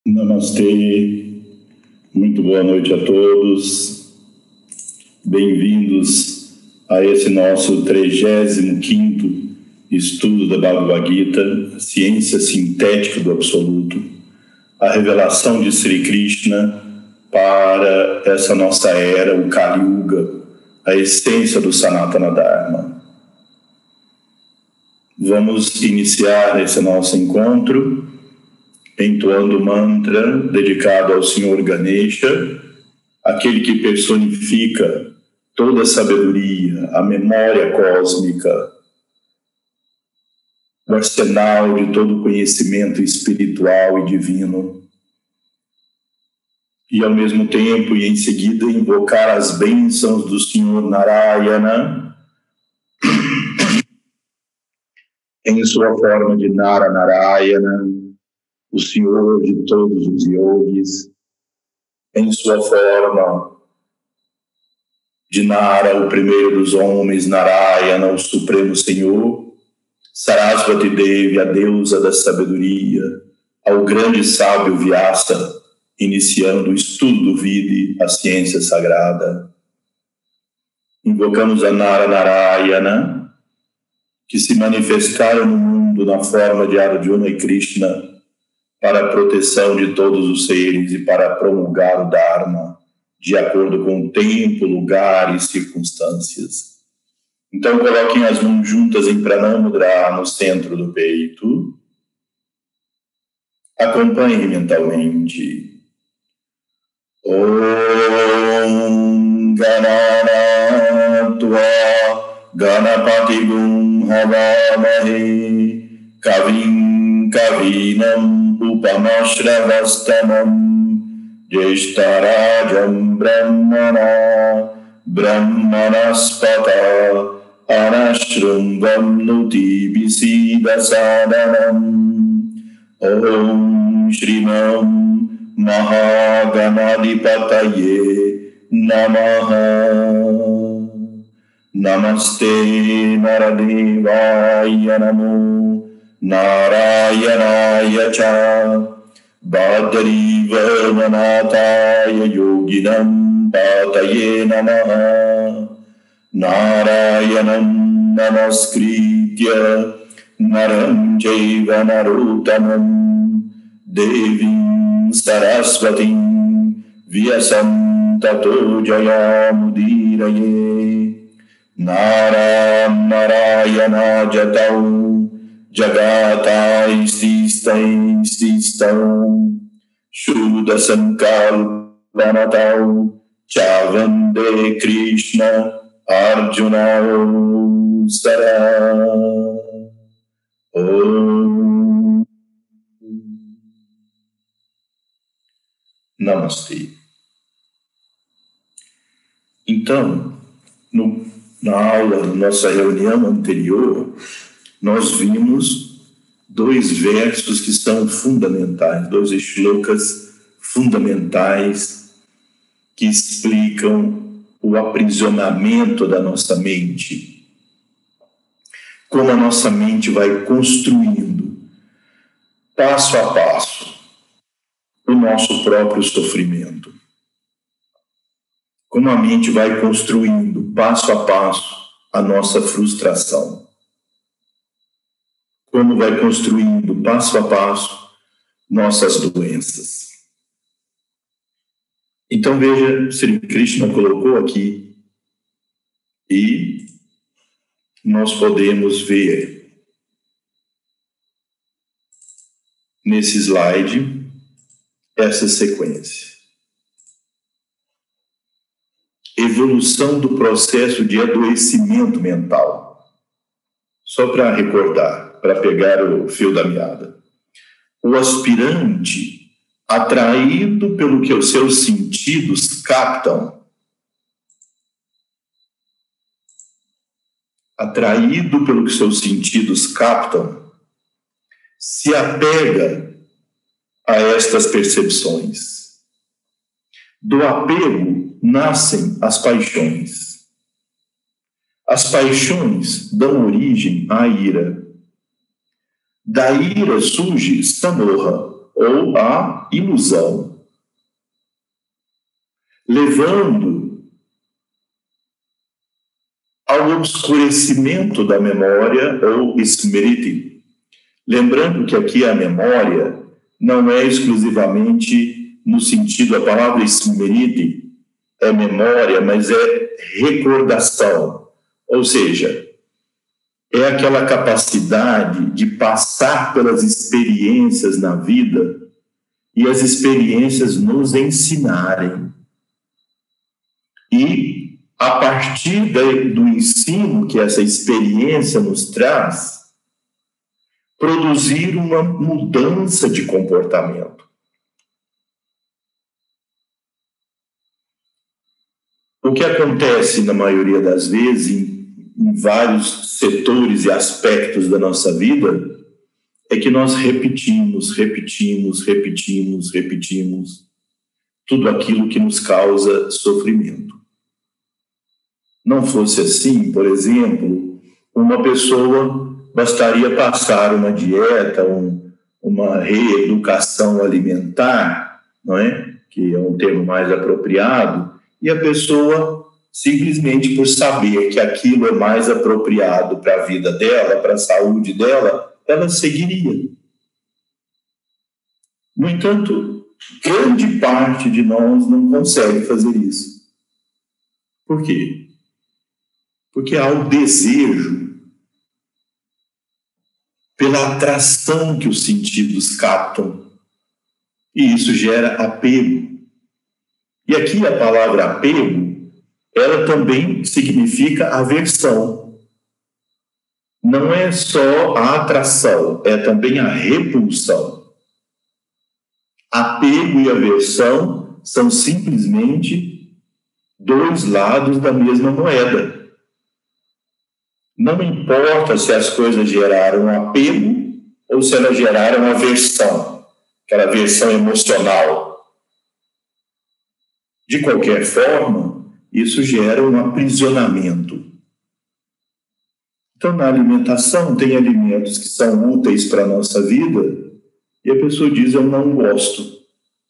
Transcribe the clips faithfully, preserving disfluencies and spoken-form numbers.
Namastê, muito boa noite a todos, bem-vindos a esse nosso trigésimo quinto estudo da Bhagavad Gita, a ciência sintética do Absoluto, a revelação de Sri Krishna para essa nossa era, o Kali Yuga, a essência do Sanatana Dharma. Vamos iniciar esse nosso encontro entoando o mantra dedicado ao Senhor Ganesha, aquele que personifica toda a sabedoria, a memória cósmica, o arsenal de todo o conhecimento espiritual e divino. E, ao mesmo tempo, e em seguida, invocar as bênçãos do Senhor Narayana em sua forma de Nara Narayana, o Senhor de todos os yogis, em sua forma de Nara, o primeiro dos homens, Narayana, o Supremo Senhor, Sarasvati Devi, a deusa da sabedoria, ao grande sábio Vyasa, iniciando o estudo do Vidi, a ciência sagrada. Invocamos a Nara Narayana, que se manifestaram no mundo na forma de Arjuna e Krishna, para a proteção de todos os seres e para promulgar o Dharma, de acordo com o tempo, lugar e circunstâncias. Então, coloquem as mãos juntas em Pranamudra no centro do peito. Acompanhem mentalmente. Om Gananatva Ganapati Gum Havamahe Kavim Kavinam Upamashravastamam Jeshtarajam Brahmana Brahmanaspata Anashrungam Nuti Visida Sadanam Om Shrimam Mahaganadipataye Namaha. Namaste Naradevaya Namo Narayanaya cha Bhadari Varmanataya Yoginam Pataye Namaha. Narayanam Namaskritya Naram Jaiva Narottamam Devim Sarasvatim Vyasam Tato Jayamudiraye. Naram Narayana Jatau Jagata ististai ististam Shuddha Sankalpanatau Chavande Krishna Arjuna Sara. Om Namastê. Então, no, na aula, na nossa reunião anterior, nós vimos dois versos que são fundamentais, dois shlokas fundamentais que explicam o aprisionamento da nossa mente, como a nossa mente vai construindo, passo a passo, o nosso próprio sofrimento. Como a mente vai construindo, passo a passo, a nossa frustração. Como vai construindo, passo a passo, nossas doenças. Então, veja, Sri Krishna colocou aqui e nós podemos ver nesse slide essa sequência. Evolução do processo de adoecimento mental. Só para recordar, para pegar o fio da meada. O aspirante, atraído pelo que os seus sentidos captam, atraído pelo que seus sentidos captam, se apega a estas percepções. Do apego nascem as paixões. As paixões dão origem à ira. Da ira surge Samoha, ou a ilusão, levando ao obscurecimento da memória ou smriti. Lembrando que aqui a memória não é exclusivamente no sentido, a palavra smriti é memória, mas é recordação, ou seja, é aquela capacidade de passar pelas experiências na vida e as experiências nos ensinarem. E, a partir do ensino que essa experiência nos traz, produzir uma mudança de comportamento. O que acontece, na maioria das vezes, em, em vários setores e aspectos da nossa vida, é que nós repetimos, repetimos, repetimos, repetimos tudo aquilo que nos causa sofrimento. Não fosse assim, por exemplo, uma pessoa bastaria passar uma dieta, um, uma reeducação alimentar, não é? Que é um termo mais apropriado, e a pessoa, simplesmente por saber que aquilo é mais apropriado para a vida dela, para a saúde dela, ela seguiria. No entanto, grande parte de nós não consegue fazer isso. Por quê? Porque há o desejo pela atração que os sentidos captam, e isso gera apego. E aqui a palavra apego, ela também significa aversão. Não é só a atração, é também a repulsão. Apego e aversão são simplesmente dois lados da mesma moeda. Não importa se as coisas geraram apego ou se elas geraram aversão, aquela aversão emocional. De qualquer forma, isso gera um aprisionamento. Então, na alimentação, tem alimentos que são úteis para a nossa vida e a pessoa diz, eu não gosto.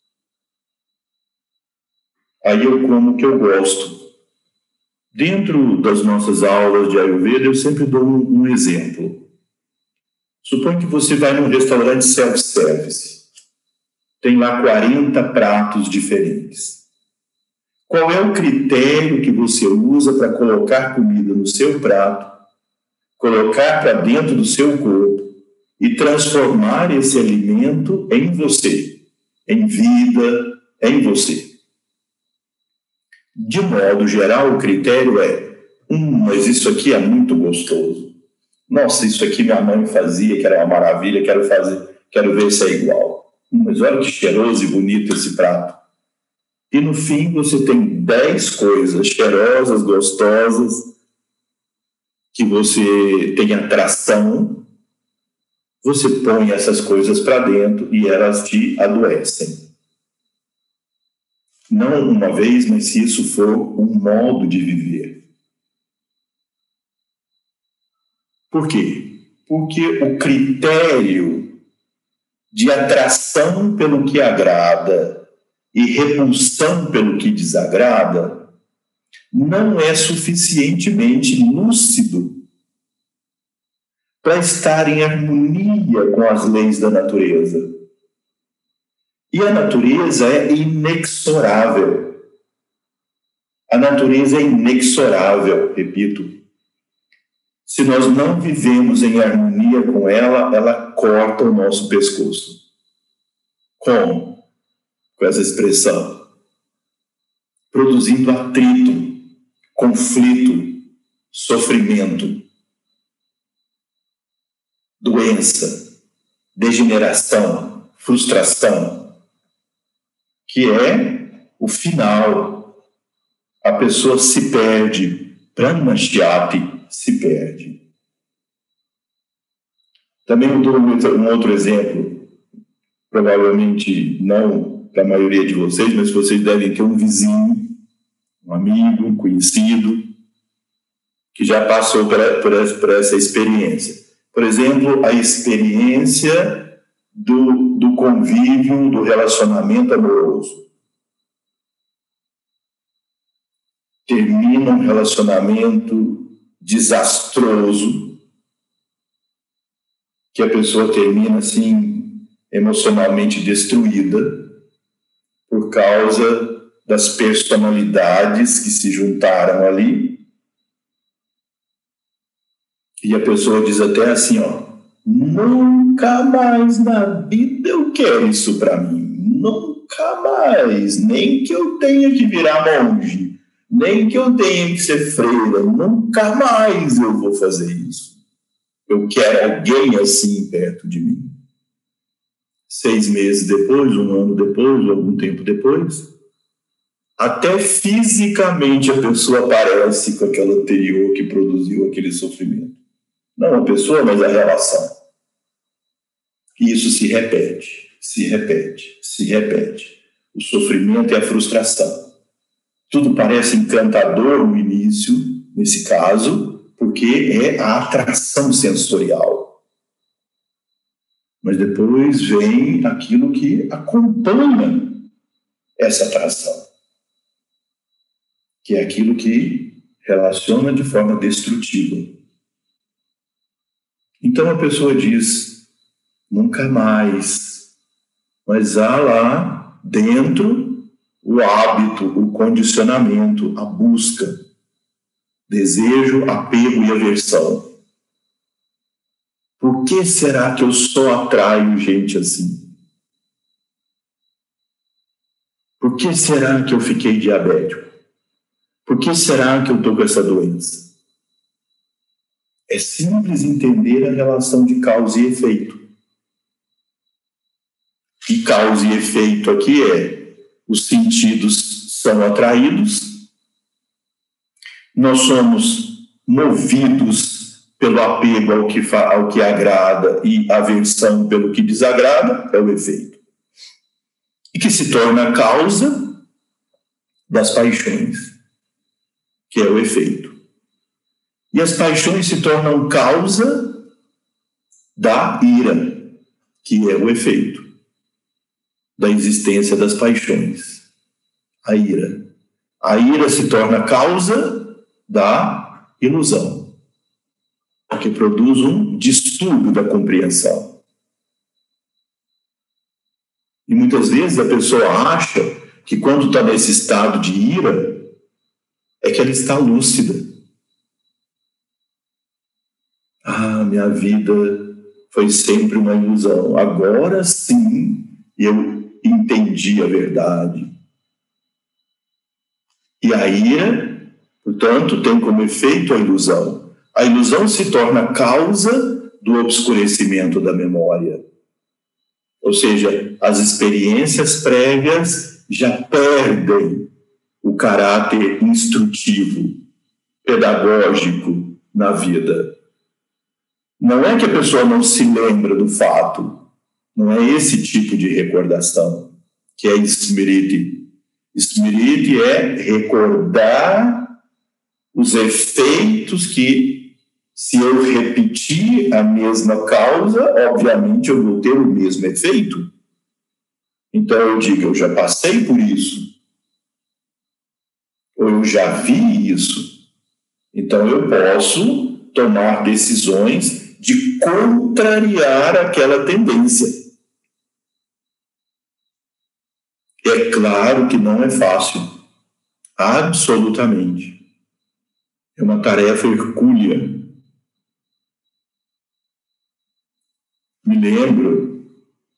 Aí eu como o que eu gosto. Dentro das nossas aulas de Ayurveda, eu sempre dou um, um exemplo. Suponha que você vai num restaurante self-service. Tem lá quarenta pratos diferentes. Qual é o critério que você usa para colocar comida no seu prato, colocar para dentro do seu corpo e transformar esse alimento em você, em vida, em você? De modo geral, o critério é, hum, mas isso aqui é muito gostoso. Nossa, isso aqui minha mãe fazia, que era uma maravilha, quero fazer, quero ver se é igual. Hum, mas olha que cheiroso e bonito esse prato. E no fim você tem dez coisas cheirosas, gostosas, que você tem atração, você põe essas coisas para dentro e elas te adoecem. Não uma vez, mas se isso for um modo de viver. Por quê? Porque o critério de atração pelo que agrada e repulsão pelo que desagrada não é suficientemente lúcido para estar em harmonia com as leis da natureza. E a natureza é inexorável. A natureza é inexorável, repito. Se nós não vivemos em harmonia com ela, ela corta o nosso pescoço. Como? Com essa expressão. Produzindo atrito, conflito, sofrimento, doença, degeneração, frustração, que é o final. A pessoa se perde, pranmashyati se perde. Também eu dou um outro exemplo, provavelmente não para a maioria de vocês, mas vocês devem ter um vizinho, um amigo, um conhecido, que já passou por essa, por essa experiência. Por exemplo, a experiência do, do convívio, do relacionamento amoroso. Termina um relacionamento desastroso, que a pessoa termina assim, emocionalmente destruída, por causa das personalidades que se juntaram ali. E a pessoa diz até assim, ó, nunca mais na vida eu quero isso para mim, nunca mais, nem que eu tenha que virar monge, nem que eu tenha que ser freira, nunca mais eu vou fazer isso. Eu quero alguém assim perto de mim. Seis meses depois, um ano depois, algum tempo depois, até fisicamente a pessoa aparece com aquela anterior que produziu aquele sofrimento. Não a pessoa, mas a relação. E isso se repete, se repete, se repete. O sofrimento e a frustração. Tudo parece encantador no início, nesse caso, porque é a atração sensorial. Mas depois vem aquilo que acompanha essa atração, que é aquilo que relaciona de forma destrutiva. Então a pessoa diz, nunca mais, mas há lá dentro o hábito, o condicionamento, a busca, desejo, apego e aversão. Por que será que eu só atraio gente assim? Por que será que eu fiquei diabético? Por que será que eu estou com essa doença? É simples entender a relação de causa e efeito. E causa e efeito aqui é, os sentidos são atraídos, nós somos movidos pelo apego ao que, fa- ao que agrada e aversão pelo que desagrada, é o efeito. E que se torna a causa das paixões, que é o efeito. E as paixões se tornam causa da ira, que é o efeito da existência das paixões, a ira. A ira se torna causa da ilusão, que produz um distúrbio da compreensão. E muitas vezes a pessoa acha que quando está nesse estado de ira, é que ela está lúcida. Ah, minha vida foi sempre uma ilusão. Agora sim eu entendi a verdade. E a ira, portanto, tem como efeito a ilusão. A ilusão se torna causa do obscurecimento da memória. Ou seja, as experiências prévias já perdem o caráter instrutivo, pedagógico na vida. Não é que a pessoa não se lembra do fato, não é esse tipo de recordação, que é Smriti. Smriti é recordar os efeitos que, se eu repetir a mesma causa, obviamente eu vou ter o mesmo efeito. Então eu digo, eu já passei por isso, ou eu já vi isso, então eu posso tomar decisões de contrariar aquela tendência. É claro que não é fácil, absolutamente. É uma tarefa hercúlea. Me lembro,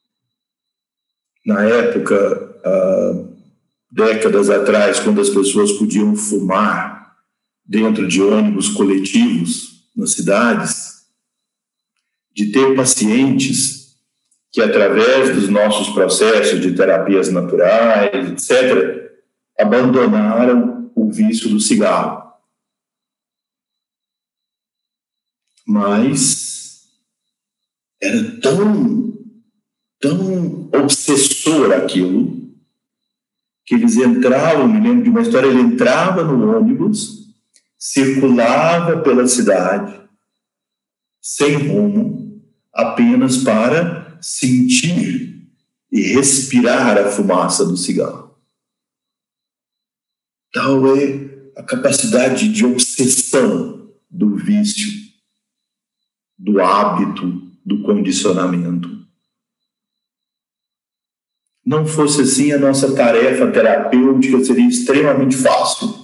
na época, há décadas atrás, quando as pessoas podiam fumar dentro de ônibus coletivos nas cidades, de ter pacientes que, através dos nossos processos de terapias naturais, etcétera, abandonaram o vício do cigarro. Mas era tão, tão obsessor aquilo, que eles entravam, me lembro de uma história, ele entrava no ônibus, circulava pela cidade, sem rumo, apenas para sentir e respirar a fumaça do cigarro. Tal é a capacidade de obsessão do vício, do hábito, do condicionamento. Não fosse assim, a nossa tarefa terapêutica seria extremamente fácil.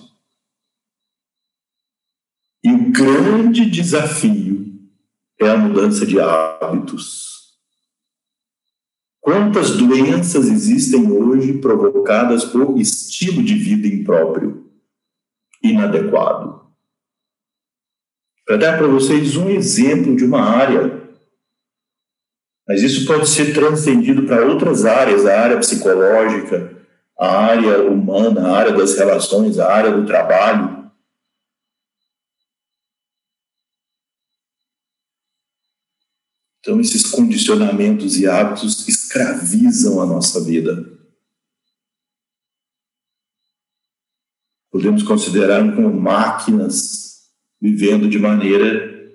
E o grande desafio é a mudança de hábitos. Quantas doenças existem hoje provocadas por estilo de vida impróprio, inadequado? Para dar para vocês um exemplo de uma área, mas isso pode ser transcendido para outras áreas, a área psicológica, a área humana, a área das relações, a área do trabalho. Então, esses condicionamentos e hábitos escravizam a nossa vida. Podemos considerar como máquinas vivendo de maneira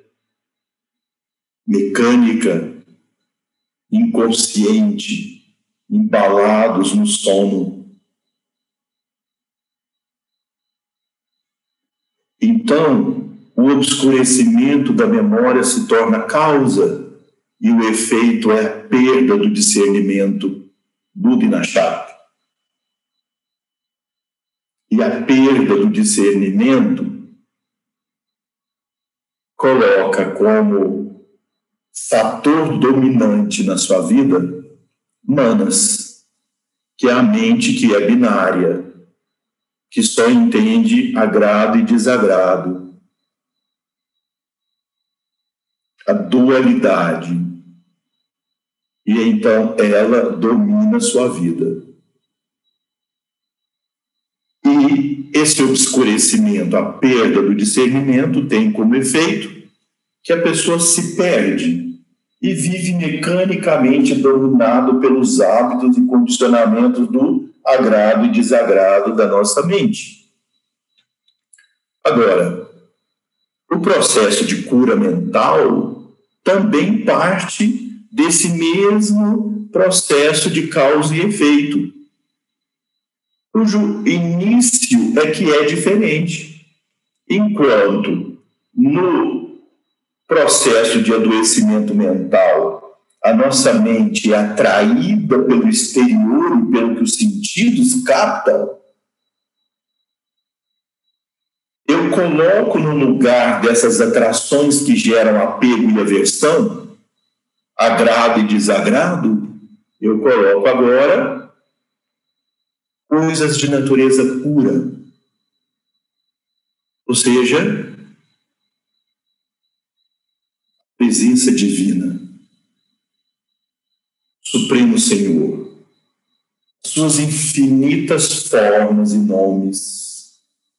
mecânica, inconsciente, embalados no sono. Então, o obscurecimento da memória se torna causa e o efeito é a perda do discernimento Buddhinashap. E a perda do discernimento coloca como fator dominante na sua vida manas, que é a mente que é binária, que só entende agrado e desagrado, a dualidade. E então ela domina a sua vida. E esse obscurecimento, a perda do discernimento, tem como efeito que a pessoa se perde e vive mecanicamente dominado pelos hábitos e condicionamentos do agrado e desagrado da nossa mente. Agora, o processo de cura mental também parte desse mesmo processo de causa e efeito, cujo início é que é diferente. Enquanto no processo de adoecimento mental, a nossa mente é atraída pelo exterior e pelo que os sentidos captam, eu coloco no lugar dessas atrações que geram apego e aversão, agrado e desagrado, eu coloco agora coisas de natureza pura. Ou seja, presença divina, Supremo Senhor, suas infinitas formas e nomes,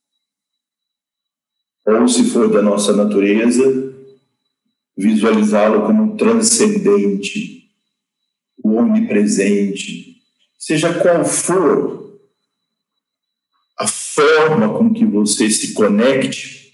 ou se for da nossa natureza, visualizá-lo como transcendente, o onipresente, seja qual for a forma com que você se conecte,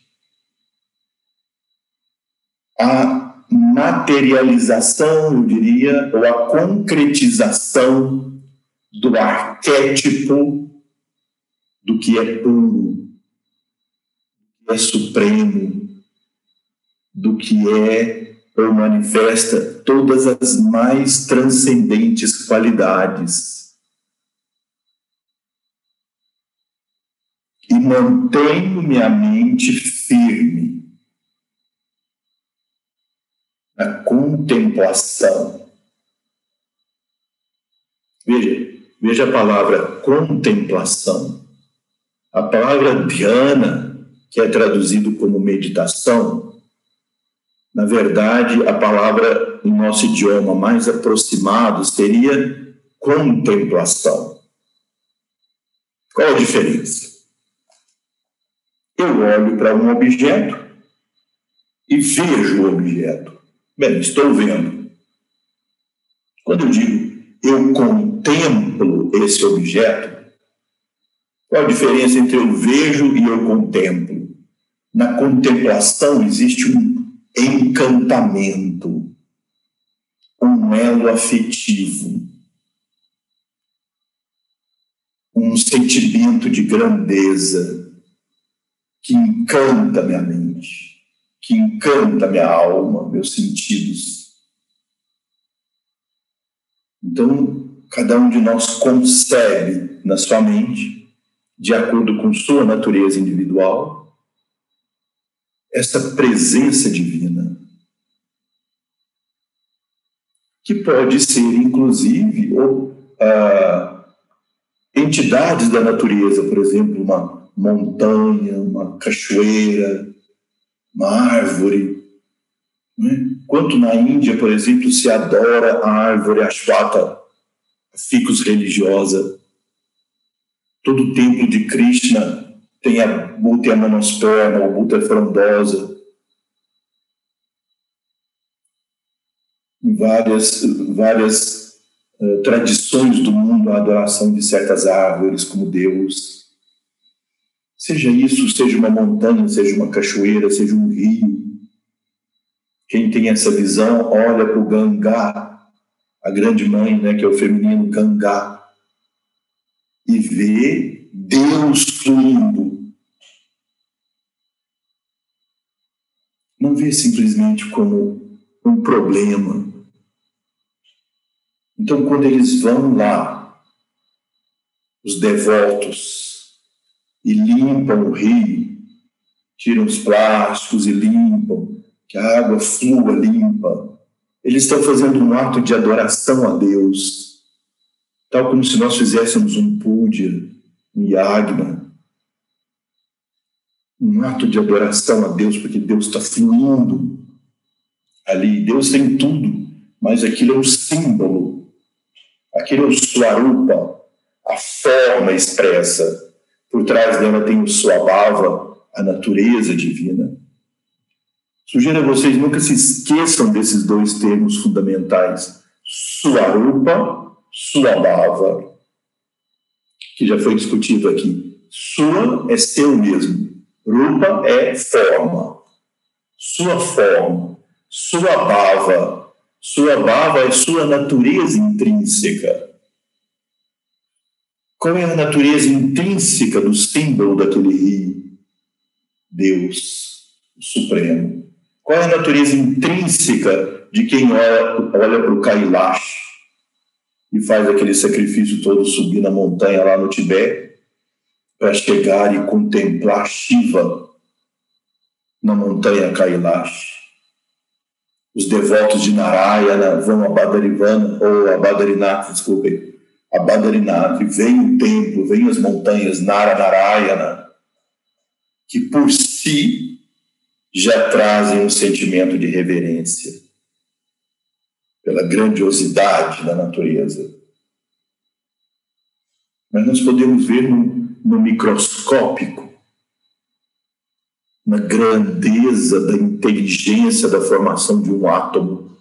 a materialização, eu diria, ou a concretização do arquétipo do que é puro, do que é supremo, do que é ou manifesta todas as mais transcendentes qualidades. E mantenho minha mente firme na contemplação. Veja, veja a palavra contemplação. A palavra dhyana, que é traduzido como meditação, na verdade, a palavra em nosso idioma mais aproximado seria contemplação. Qual a diferença? Eu olho para um objeto e vejo o objeto. Bem, estou vendo. Quando eu digo eu contemplo esse objeto, qual a diferença entre eu vejo e eu contemplo? Na contemplação existe um encantamento. um elo afetivo, um sentimento de grandeza que encanta minha mente, que encanta minha alma, meus sentidos. Então, cada um de nós concebe na sua mente, de acordo com sua natureza individual, essa presença divina, que pode ser, inclusive, ou, ah, entidades da natureza, por exemplo, uma montanha, uma cachoeira, uma árvore. Né? Quanto na Índia, por exemplo, se adora a árvore Ashwata, a ficus religiosa. Todo o templo de Krishna tem a Bútea monosperma, a Bútea frondosa. Em várias, várias uh, tradições do mundo, a adoração de certas árvores como Deus. Seja isso, seja uma montanha, seja uma cachoeira, seja um rio. Quem tem essa visão olha para o Gangá, a grande mãe, né, que é o feminino Gangá, e vê Deus fluindo. Não vê simplesmente como um problema. Então, quando eles vão lá, os devotos, e limpam o rio, tiram os plásticos e limpam, que a água flua limpa, eles estão fazendo um ato de adoração a Deus, tal como se nós fizéssemos um puja, um yagna, um ato de adoração a Deus, porque Deus está fluindo ali. Deus tem tudo, mas aquilo é um símbolo. Aquele é o Swarupa, a forma expressa. Por trás dela tem o Swabhava, a natureza divina. Sugiro a vocês nunca se esqueçam desses dois termos fundamentais. Swarupa, Swabhava, que já foi discutido aqui. Sua é seu mesmo. Rupa é forma. Sua forma. Swabhava. Swabhava é sua natureza intrínseca. Qual é a natureza intrínseca do símbolo daquele rio? Deus, o Supremo. Qual é a natureza intrínseca de quem olha, olha para o Kailash e faz aquele sacrifício todo, subir na montanha lá no Tibete, para chegar e contemplar Shiva na montanha Kailash? Os devotos de Narayana vão a Badarivana, ou a Badarinath, desculpem, a Badarinath, vem o templo, vem as montanhas Naranarayana, que por si já trazem um sentimento de reverência pela grandiosidade da natureza. Mas nós podemos ver no, no microscópico, na grandeza da inteligência da formação de um átomo,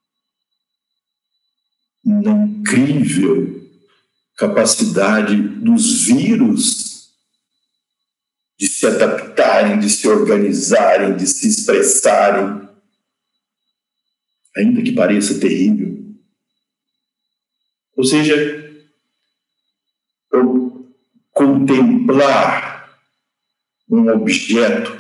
na incrível capacidade dos vírus de se adaptarem, de se organizarem, de se expressarem, ainda que pareça terrível. Ou seja, contemplar um objeto,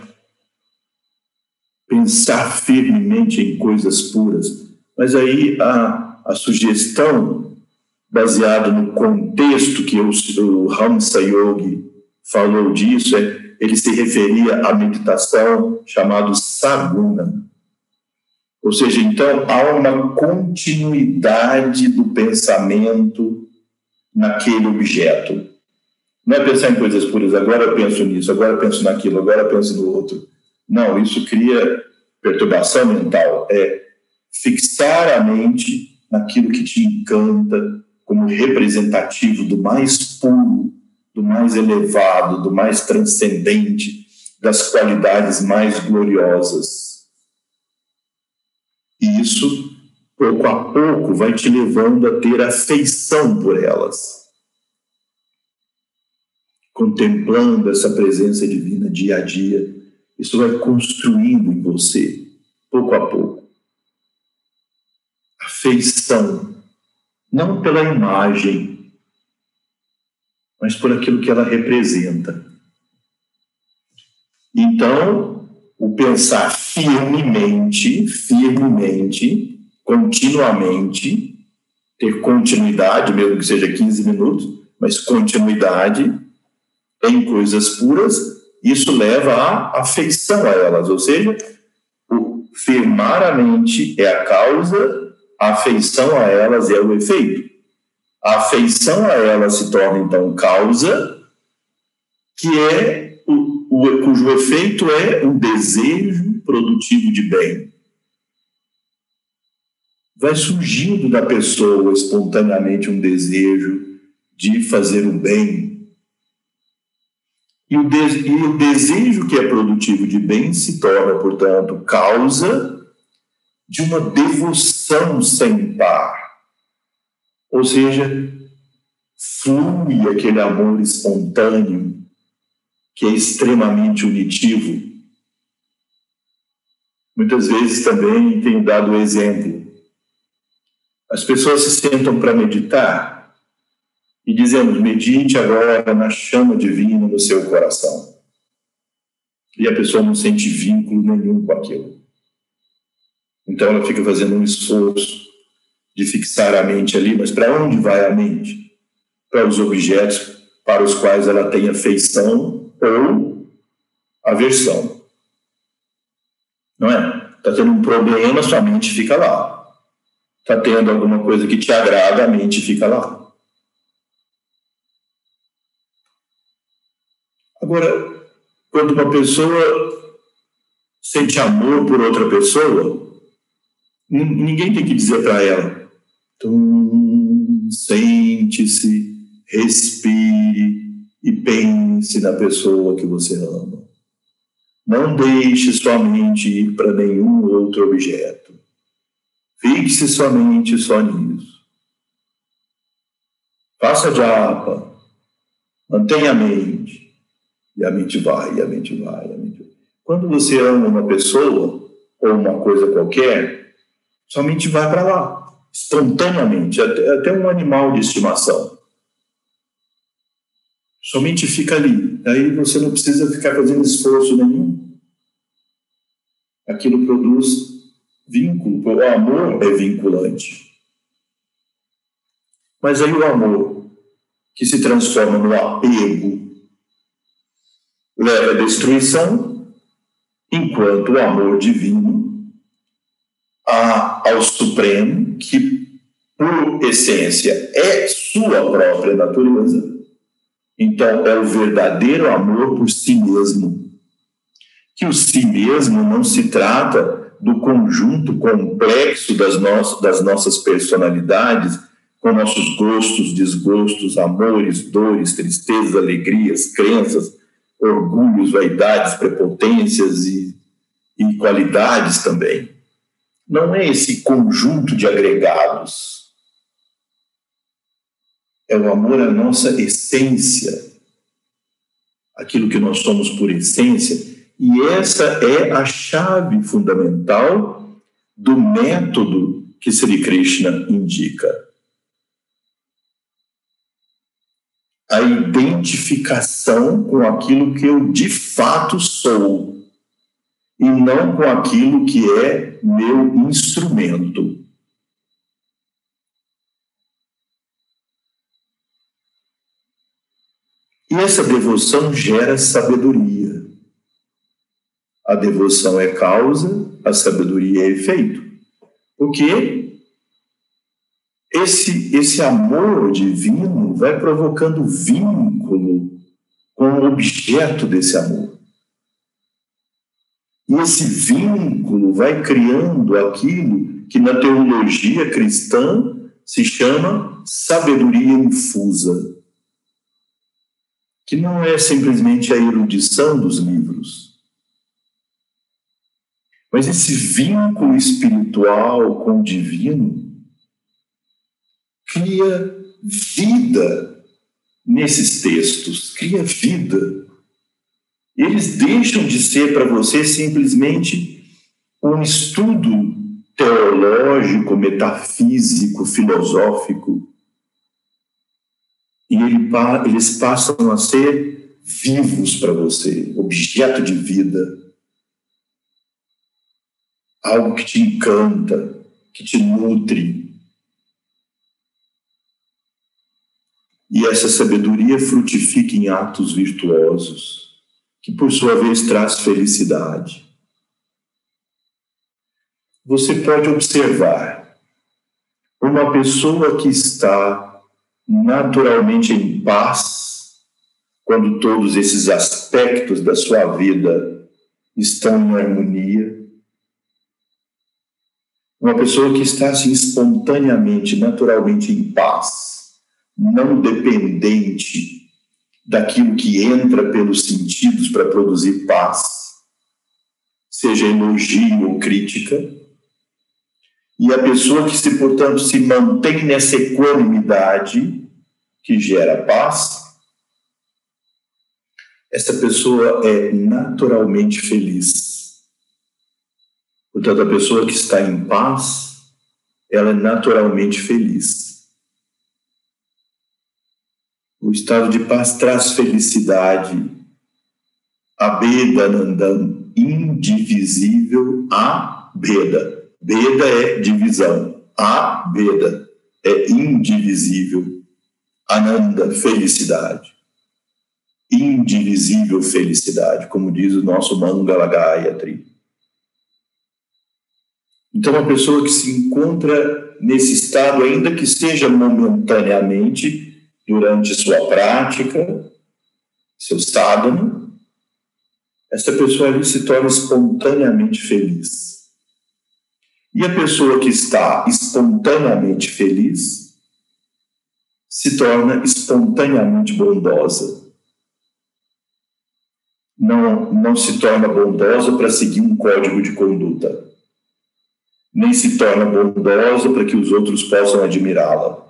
pensar firmemente em coisas puras. Mas aí a, a sugestão, baseada no contexto que o, o Hamsa Yogi falou disso, é, ele se referia à meditação chamada Saguna. Ou seja, então, há uma continuidade do pensamento naquele objeto. Não é pensar em coisas puras, agora eu penso nisso, agora eu penso naquilo, agora eu penso no outro. Não, isso cria perturbação mental. É fixar a mente naquilo que te encanta como representativo do mais puro, do mais elevado, do mais transcendente, das qualidades mais gloriosas. E isso, pouco a pouco, vai te levando a ter afeição por elas. Contemplando essa presença divina dia a dia, isso vai construindo em você, pouco a pouco, a feição, não pela imagem, mas por aquilo que ela representa. Então, o pensar firmemente, firmemente, continuamente, ter continuidade, mesmo que seja quinze minutos, mas continuidade em coisas puras, isso leva à afeição a elas, ou seja, o firmar a mente é a causa, a afeição a elas é o efeito. A afeição a elas se torna, então, causa, que é o, o, cujo efeito é um desejo produtivo de bem. Vai surgindo da pessoa espontaneamente um desejo de fazer o bem. E o, de, e o desejo que é produtivo de bem se torna, portanto, causa de uma devoção sem par. Ou seja, flui aquele amor espontâneo que é extremamente unitivo. Muitas vezes também tenho dado o exemplo. As pessoas se sentam para meditar e dizemos, medite agora na chama divina no seu coração. E a pessoa não sente vínculo nenhum com aquilo. Então ela fica fazendo um esforço de fixar a mente ali, mas para onde vai a mente? Para os objetos para os quais ela tem afeição ou aversão. Não é? Está tendo um problema, sua mente fica lá. Está tendo alguma coisa que te agrada, a mente fica lá. Agora, quando uma pessoa sente amor por outra pessoa, ninguém tem que dizer para ela, então, sente-se, respire e pense na pessoa que você ama. Não deixe sua mente ir para nenhum outro objeto. Fixe sua mente só nisso. Faça japa. Mantenha a mente. E a mente vai, e a mente vai, e a mente vai. Quando você ama uma pessoa, ou uma coisa qualquer, sua mente vai para lá, espontaneamente, até, até um animal de estimação. Sua mente fica ali. Aí você não precisa ficar fazendo esforço nenhum. Aquilo produz vínculo. O amor é vinculante. Mas aí o amor, que se transforma no apego, leva à destruição, enquanto o amor divino a, ao Supremo, que por essência é sua própria natureza, então é o verdadeiro amor por si mesmo. Que o si mesmo não se trata do conjunto complexo das, no- das nossas personalidades, com nossos gostos, desgostos, amores, dores, tristezas, alegrias, crenças, orgulhos, vaidades, prepotências e, e qualidades também. Não é esse conjunto de agregados. É o amor à nossa essência, aquilo que nós somos por essência. E essa é a chave fundamental do método que Sri Krishna indica. A identificação com aquilo que eu de fato sou e não com aquilo que é meu instrumento. E essa devoção gera sabedoria. A devoção é causa, a sabedoria é efeito. Porque esse, esse amor divino vai provocando vínculo com o objeto desse amor. E esse vínculo vai criando aquilo que na teologia cristã se chama sabedoria infusa, que não é simplesmente a erudição dos livros, mas esse vínculo espiritual com o divino cria vida nesses textos, cria vida. Eles deixam de ser para você simplesmente um estudo teológico, metafísico, filosófico, e ele, eles passam a ser vivos para você, objeto de vida, algo que te encanta, que te nutre. E essa sabedoria frutifica em atos virtuosos, que por sua vez traz felicidade. Você pode observar uma pessoa que está naturalmente em paz, quando todos esses aspectos da sua vida estão em harmonia. Uma pessoa que está assim, espontaneamente, naturalmente em paz, não dependente daquilo que entra pelos sentidos para produzir paz, seja elogio ou crítica. E a pessoa que, se, portanto, se mantém nessa equanimidade que gera paz, essa pessoa é naturalmente feliz. Portanto, a pessoa que está em paz, ela é naturalmente feliz. O estado de paz traz felicidade. Abhedanandam, indivisível, abheda. Beda é divisão. Abheda é indivisível. Ananda, felicidade. Indivisível felicidade, como diz o nosso Mangala Gayatri. Então, uma pessoa que se encontra nesse estado, ainda que seja momentaneamente, durante sua prática, seu sadhana, essa pessoa ali se torna espontaneamente feliz. E a pessoa que está espontaneamente feliz se torna espontaneamente bondosa. Não, não se torna bondosa para seguir um código de conduta, nem se torna bondosa para que os outros possam admirá-la.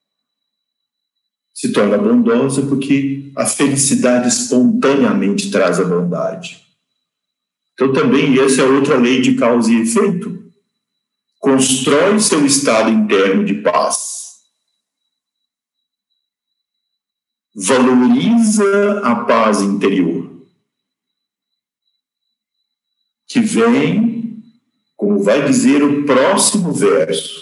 Se torna bondosa porque a felicidade espontaneamente traz a bondade. Então também essa é outra lei de causa e efeito. Constrói seu estado interno de paz. Valoriza a paz interior, que vem, como vai dizer o próximo verso,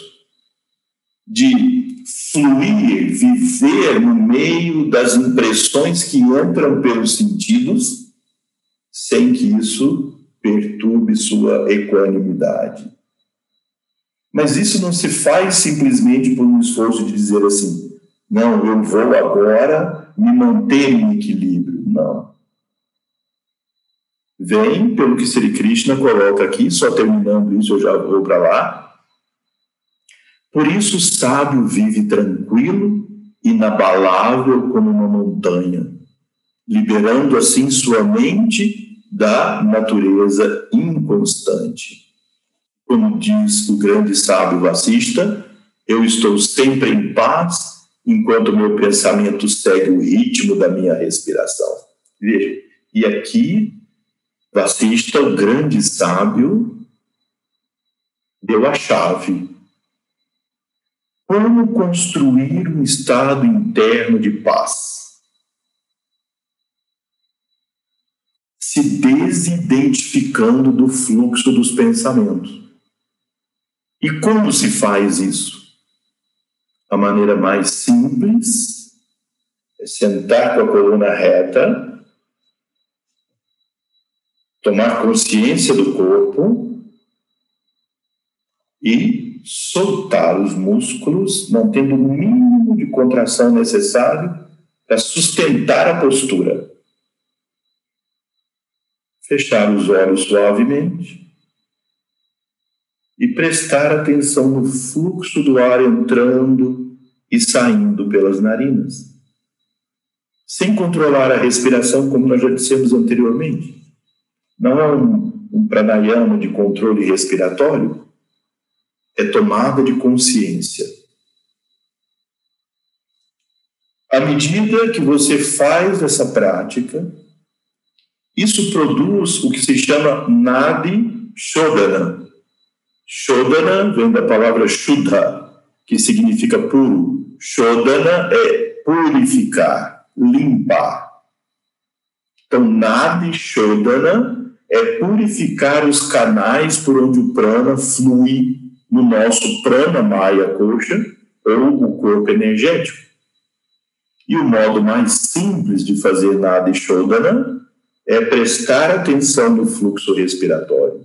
de fluir, viver no meio das impressões que entram pelos sentidos, sem que isso perturbe sua equanimidade. Mas isso não se faz simplesmente por um esforço de dizer assim, não, eu vou agora me manter em equilíbrio. Não. Vem pelo que Sri Krishna coloca aqui, só terminando isso eu já vou para lá. Por isso o sábio vive tranquilo, inabalável como uma montanha, liberando assim sua mente da natureza inconstante. Como diz o grande sábio Vasista, eu estou sempre em paz, enquanto meu pensamento segue o ritmo da minha respiração. Veja, e aqui Vasista, o grande sábio, deu a chave. Como construir um estado interno de paz? Se desidentificando do fluxo dos pensamentos. E como se faz isso? A maneira mais simples é sentar com a coluna reta, tomar consciência do corpo e soltar os músculos, mantendo o mínimo de contração necessário para sustentar a postura. Fechar os olhos suavemente e prestar atenção no fluxo do ar entrando e saindo pelas narinas, sem controlar a respiração, como nós já dissemos anteriormente. Não é um, um pranayama de controle respiratório, é tomada de consciência. À medida que você faz essa prática, isso produz o que se chama Nadi Shodhana, Shodhana vem da palavra Shuddha, que significa puro. Shodhana é purificar, limpar. Então, Nadi Shodhana é purificar os canais por onde o prana flui no nosso prana maya kosha, ou o corpo energético. E o modo mais simples de fazer Nadi Shodhana é prestar atenção no fluxo respiratório.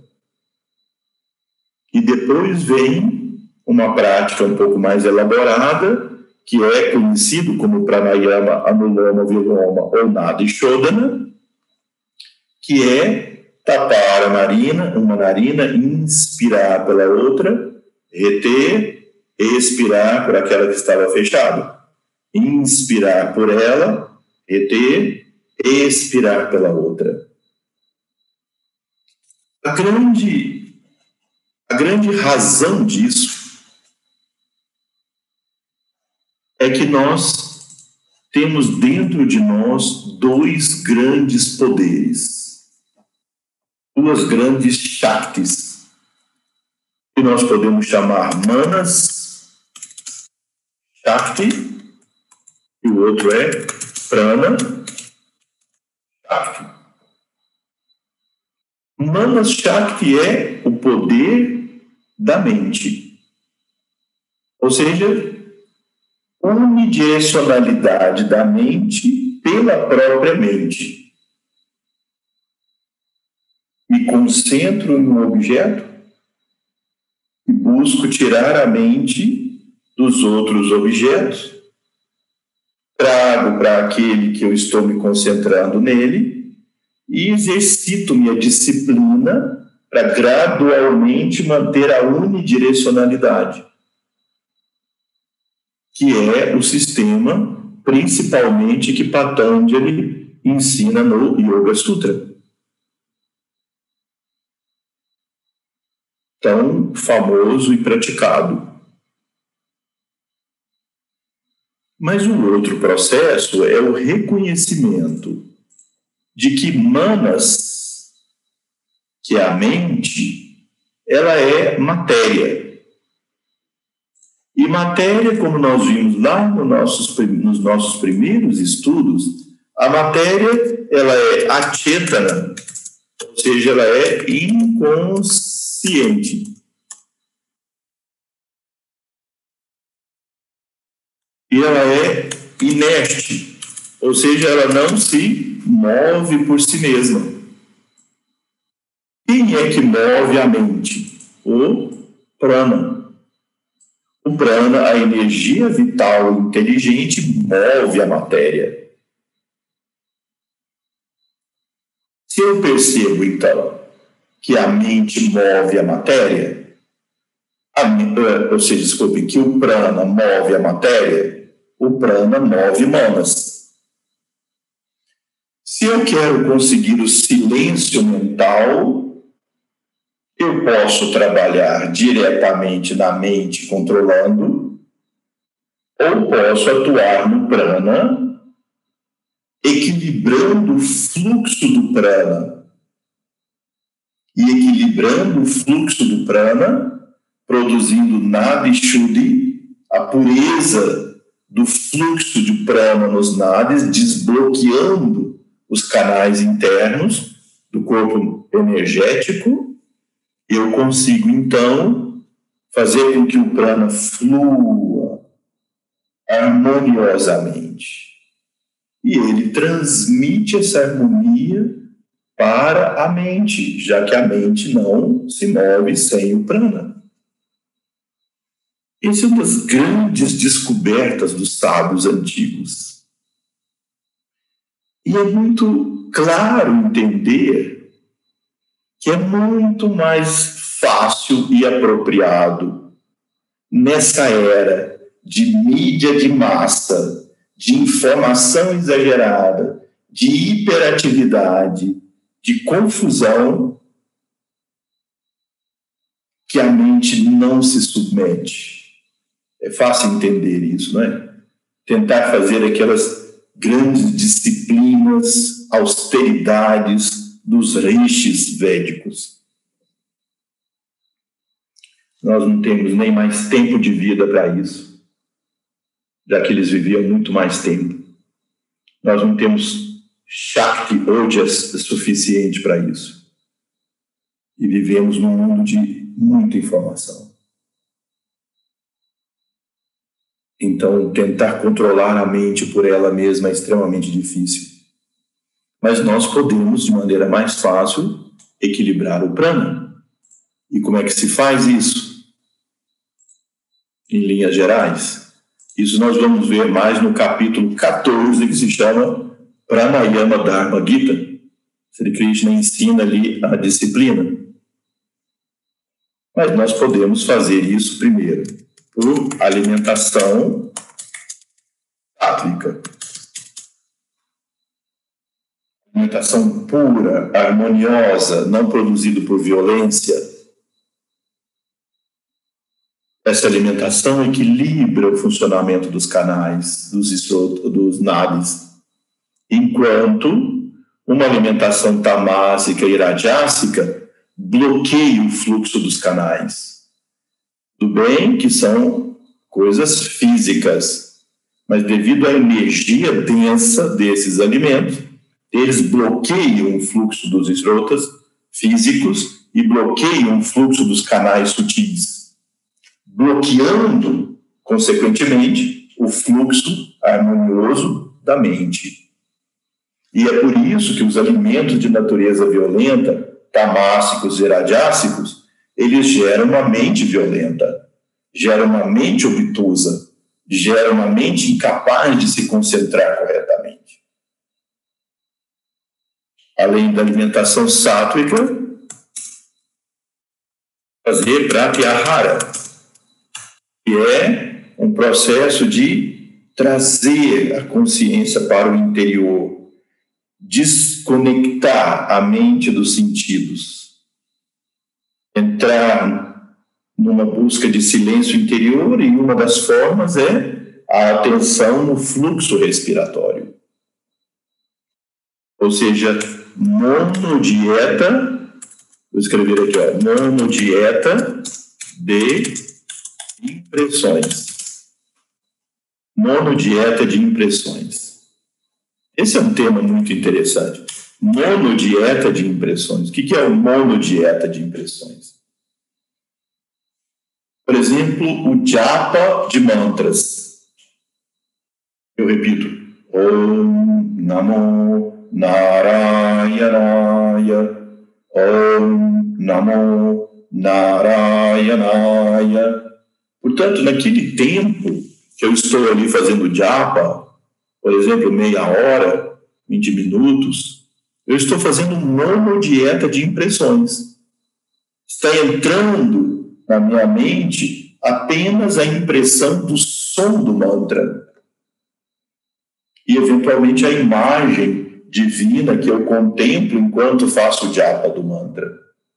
E depois vem uma prática um pouco mais elaborada, que é conhecido como Pranayama, Anuloma, Viloma ou Nadi Shodhana, que é tapar a narina, uma narina, inspirar pela outra, reter, expirar por aquela que estava fechada. Inspirar por ela, reter, expirar pela outra. A grande, a grande razão disso é que nós temos dentro de nós dois grandes poderes, duas grandes Shaktis, que nós podemos chamar Manas Shakti, e o outro é Prana Shakti. Manas Shakti é o poder da mente, ou seja, unidirecionalidade da mente pela própria mente. Me concentro em um objeto e busco tirar a mente dos outros objetos, trago para aquele que eu estou me concentrando nele e exercito minha disciplina para gradualmente manter a unidirecionalidade, que é o sistema, principalmente, que Patanjali ensina no Yoga Sutra. Tão famoso e praticado. Mas o outro processo é o reconhecimento de que Manas, que é a mente, ela é matéria. E matéria, como nós vimos lá no nossos, nos nossos primeiros estudos, a matéria ela é achetana, ou seja, ela é inconsciente. E ela é inerte, ou seja, ela não se move por si mesma. Quem é que move a mente? O prana. O prana, a energia vital inteligente, move a matéria. Se eu percebo, então, que a mente move a matéria, a, ou seja, desculpe, que o prana move a matéria, o prana move manas. Se eu quero conseguir o silêncio mental, eu posso trabalhar diretamente na mente, controlando, ou posso atuar no prana, equilibrando o fluxo do prana. E equilibrando o fluxo do prana, produzindo Nadi Shuddhi, a pureza do fluxo de prana nos nadis, desbloqueando os canais internos do corpo energético. Eu consigo, então, fazer com que o prana flua harmoniosamente. E ele transmite essa harmonia para a mente, já que a mente não se move sem o prana. Essa é uma das grandes descobertas dos sábios antigos. E é muito claro entender que é muito mais fácil e apropriado nessa era de mídia de massa, de informação exagerada, de hiperatividade, de confusão, que a mente não se submete. É fácil entender isso, não é? Tentar fazer aquelas grandes disciplinas, austeridades dos rishis védicos. Nós não temos nem mais tempo de vida para isso, já que eles viviam muito mais tempo. Nós não temos Shakti Ojas suficiente para isso. E vivemos num mundo de muita informação. Então, tentar controlar a mente por ela mesma é extremamente difícil. Mas nós podemos, de maneira mais fácil, equilibrar o prana. E como é que se faz isso? Em linhas gerais. Isso nós vamos ver mais no capítulo quatorze, que se chama Pranayama Dharma Gita. Sri Krishna ensina ali a disciplina. Mas nós podemos fazer isso primeiro por alimentação sátrica. Alimentação pura, harmoniosa, não produzida por violência. Essa alimentação equilibra o funcionamento dos canais, dos, dos nadis, enquanto uma alimentação tamásica e rajásica bloqueia o fluxo dos canais. Tudo bem que são coisas físicas, mas devido à energia densa desses alimentos, eles bloqueiam o fluxo dos esrotas físicos e bloqueiam o fluxo dos canais sutis, bloqueando, consequentemente, o fluxo harmonioso da mente. E é por isso que os alimentos de natureza violenta, tamássicos e rajássicos, eles geram uma mente violenta, geram uma mente obtusa, geram uma mente incapaz de se concentrar corretamente. Além da alimentação sátrica, fazer pratyahara, que é um processo de trazer a consciência para o interior, desconectar a mente dos sentidos, entrar numa busca de silêncio interior, e uma das formas é a atenção no fluxo respiratório. Ou seja, monodieta, vou escrever aqui, ó, monodieta de impressões. Monodieta de impressões. Esse é um tema muito interessante. Monodieta de impressões. O que é o monodieta de impressões? Por exemplo, o japa de mantras. Eu repito. Om Namo Narayanaya. Om Namo Narayanaya. Portanto, naquele tempo que eu estou ali fazendo japa, por exemplo, meia hora, vinte minutos, eu estou fazendo monodieta de impressões. Está entrando na minha mente apenas a impressão do som do mantra. E, eventualmente, a imagem divina que eu contemplo enquanto faço o japa do mantra.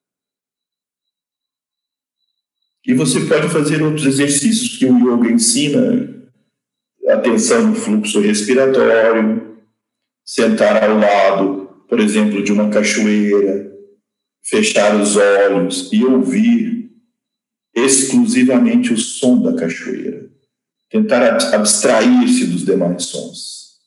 E você pode fazer outros exercícios que o yoga ensina. Atenção no fluxo respiratório, sentar ao lado, por exemplo, de uma cachoeira, fechar os olhos e ouvir exclusivamente o som da cachoeira. Tentar abstrair-se dos demais sons.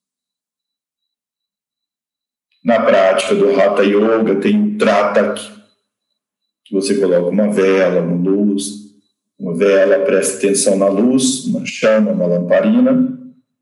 Na prática do Hatha Yoga tem o Tratak, que você coloca uma vela, uma luz, uma vela, presta atenção na luz, uma chama, uma lamparina,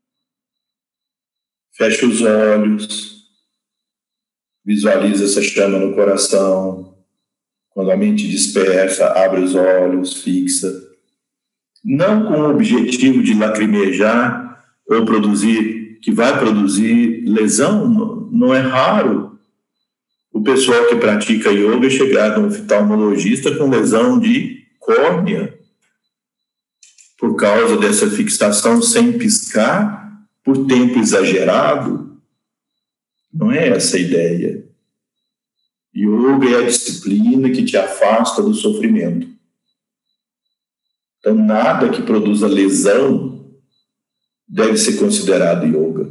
fecha os olhos, visualiza essa chama no coração. Quando a mente dispersa, abre os olhos, fixa. Não com o objetivo de lacrimejar ou produzir, que vai produzir lesão, não é raro o pessoal que pratica yoga chegar num oftalmologista com lesão de córnea, por causa dessa fixação sem piscar, por tempo exagerado. Não é essa a ideia. Yoga é a disciplina que te afasta do sofrimento. Então, nada que produza lesão deve ser considerado yoga.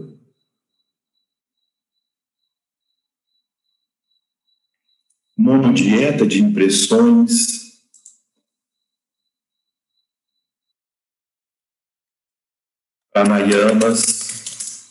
Monodieta de impressões pranayamas.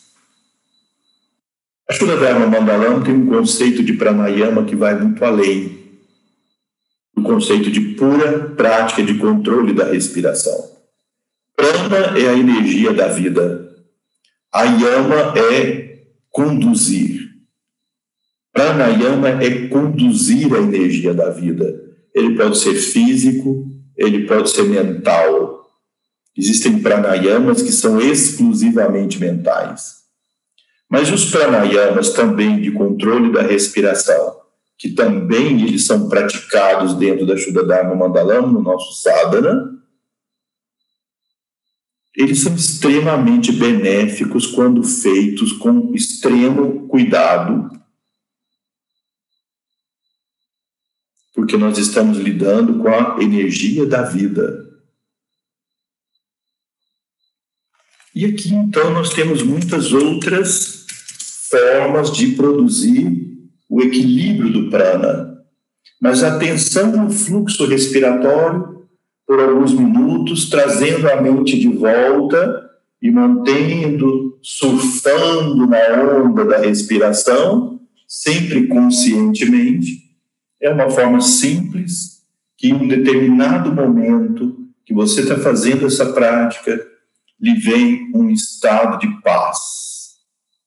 A Shuddha Dharma Mandalam tem um conceito de pranayama que vai muito além do conceito de pura prática de controle da respiração. Prana é a energia da vida. Ayama é conduzir. Pranayama é conduzir a energia da vida. Ele pode ser físico, ele pode ser mental. Existem pranayamas que são exclusivamente mentais. Mas os pranayamas também de controle da respiração, que também eles são praticados dentro da Shuddha Dharma Mandalam, no nosso sadhana, eles são extremamente benéficos quando feitos com extremo cuidado, porque nós estamos lidando com a energia da vida. E aqui, então, nós temos muitas outras formas de produzir o equilíbrio do prana. Mas atenção no fluxo respiratório por alguns minutos, trazendo a mente de volta e mantendo, surfando na onda da respiração, sempre conscientemente. É uma forma simples que, em um determinado momento que você está fazendo essa prática, lhe vem um estado de paz.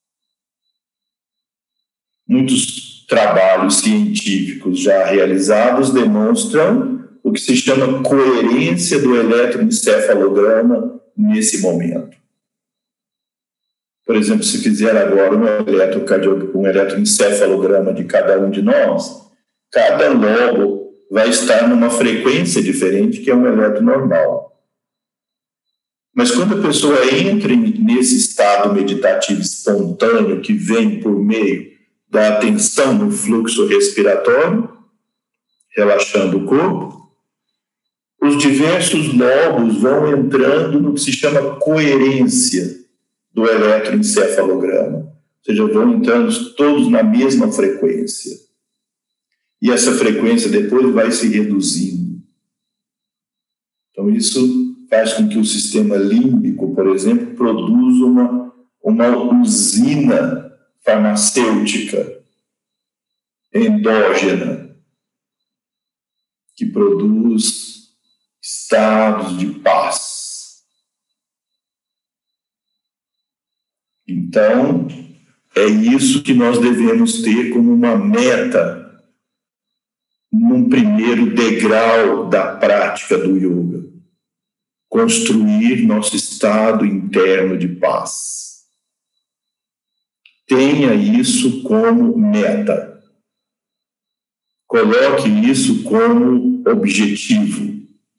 Muitos trabalhos científicos já realizados demonstram o que se chama coerência do eletroencefalograma nesse momento. Por exemplo, se fizer agora um, eletrocardio... um eletroencefalograma de cada um de nós, cada lobo vai estar numa frequência diferente, que é um eletro normal. Mas quando a pessoa entra nesse estado meditativo espontâneo que vem por meio da atenção no fluxo respiratório, relaxando o corpo, os diversos lobos vão entrando no que se chama coerência do eletroencefalograma, ou seja, vão entrando todos na mesma frequência. E essa frequência depois vai se reduzindo. Então isso faz com que o sistema límbico, por exemplo, produza uma, uma usina farmacêutica endógena que produz estados de paz. Então, é isso que nós devemos ter como uma meta num primeiro degrau da prática do yoga. Construir nosso estado interno de paz. Tenha isso como meta. Coloque isso como objetivo.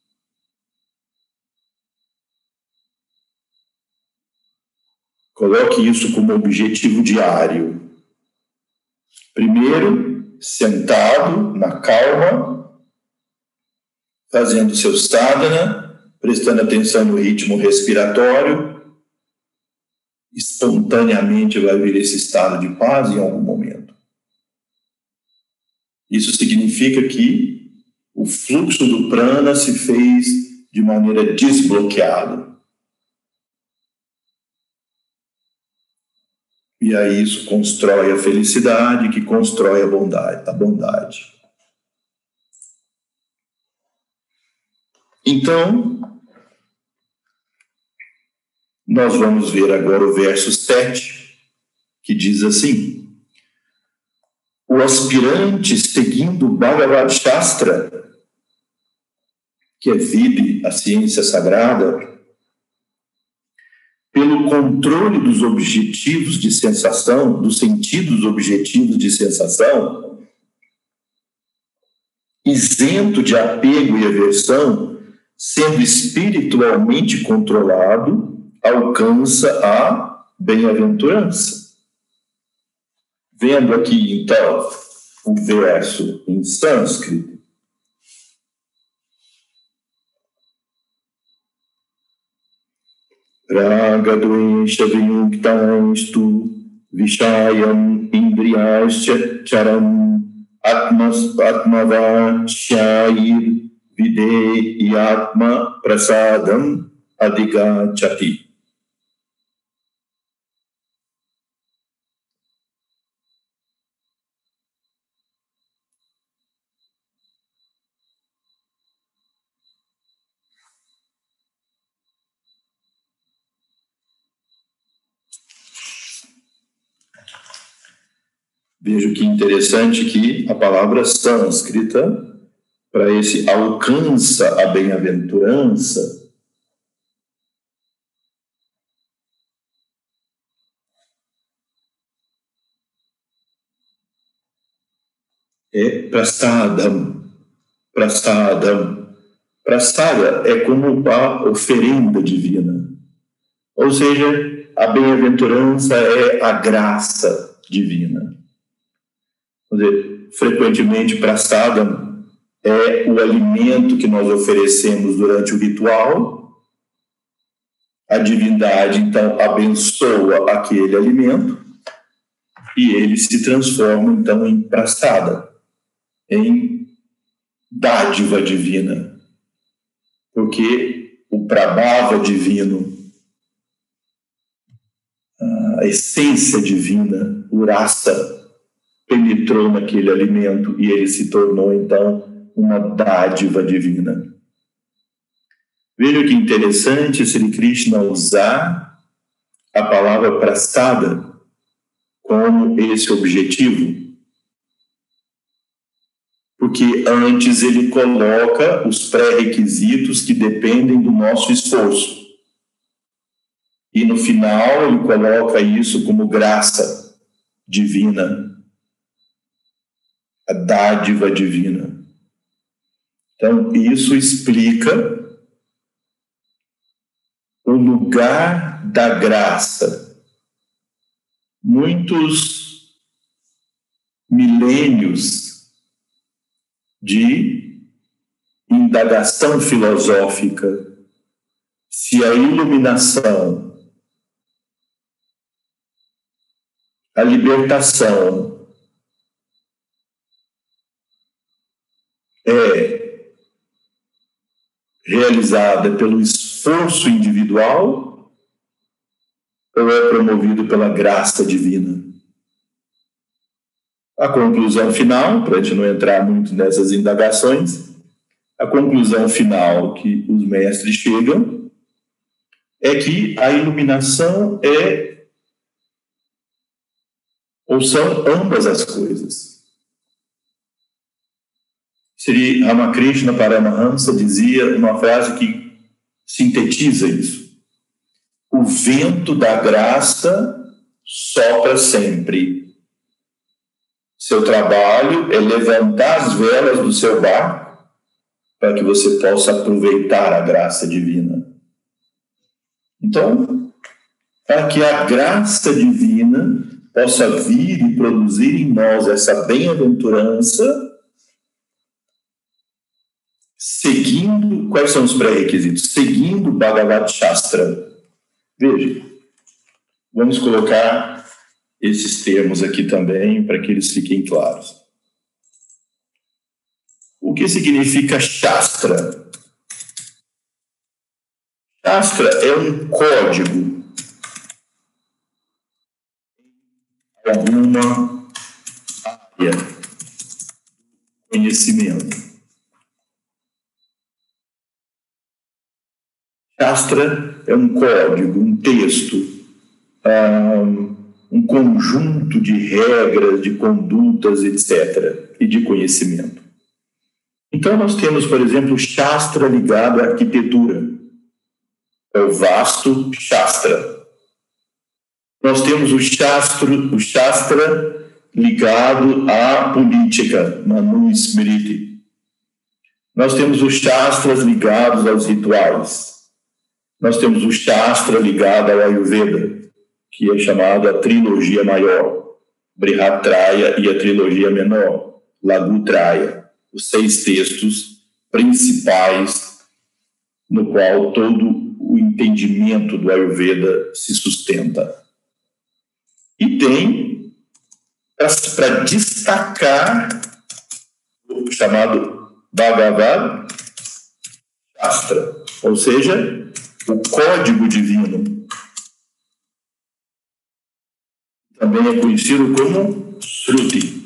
Coloque isso como objetivo diário. Primeiro, sentado, na calma, fazendo seu sadhana, prestando atenção no ritmo respiratório, espontaneamente vai vir esse estado de paz em algum momento. Isso significa que o fluxo do prana se fez de maneira desbloqueada. E aí isso constrói a felicidade, que constrói a bondade. A bondade. Então, nós vamos ver agora o verso sete, que diz assim: o aspirante seguindo o Bhagavad Shastra, que é vida, a ciência sagrada, pelo controle dos objetivos de sensação, dos sentidos objetivos de sensação, isento de apego e aversão, sendo espiritualmente controlado, alcança a bem-aventurança. Vendo aqui, então, o verso em sânscrito, Raga dvesha viyuktastu vishayam indriyascha charam atmas atmavachayir vide yatma prasadam adigachati. Vejo que interessante que a palavra sânscrita, para esse alcança a bem-aventurança, é prasadam. Prasadam. Prasada é como a oferenda divina. Ou seja, a bem-aventurança é a graça divina. Quer dizer, frequentemente, prasadam é o alimento que nós oferecemos durante o ritual. A divindade, então, abençoa aquele alimento e ele se transforma, então, em prasada, em dádiva divina. Porque o prabhava divino, a essência divina, o rasa, penetrou naquele alimento e ele se tornou, então, uma dádiva divina. Veja que interessante Sri Krishna usar a palavra prasada como esse objetivo, porque antes ele coloca os pré-requisitos que dependem do nosso esforço. E no final ele coloca isso como graça divina, a dádiva divina. Então, isso explica o lugar da graça. Muitos milênios de indagação filosófica, se a iluminação, a libertação é realizada pelo esforço individual ou é promovido pela graça divina. A conclusão final, para a gente não entrar muito nessas indagações, a conclusão final que os mestres chegam é que a iluminação é, ou são ambas as coisas. Sri Ramakrishna Paramahamsa dizia uma frase que sintetiza isso: o vento da graça sopra sempre. Seu trabalho é levantar as velas do seu barco para que você possa aproveitar a graça divina. Então, para que a graça divina possa vir e produzir em nós essa bem-aventurança, seguindo, quais são os pré-requisitos? Seguindo o Bhagavad Shastra. Veja, vamos colocar esses termos aqui também para que eles fiquem claros. O que significa Shastra? Shastra é um código, alguma área de conhecimento. Shastra é um código, um texto, um, um conjunto de regras, de condutas, etcétera, e de conhecimento. Então, nós temos, por exemplo, o Shastra ligado à arquitetura. É o vasto Shastra. Nós temos o Shastra, o Shastra ligado à política, Manu Smriti. Nós temos os Shastras ligados aos rituais. Nós temos o Shastra ligado ao Ayurveda, que é chamado a trilogia maior, Brihatraya, e a trilogia menor, Laghutraya, os seis textos principais no qual todo o entendimento do Ayurveda se sustenta. E tem, para destacar, o chamado Bhagavad Shastra, ou seja, o código divino. Também é conhecido como Shruti,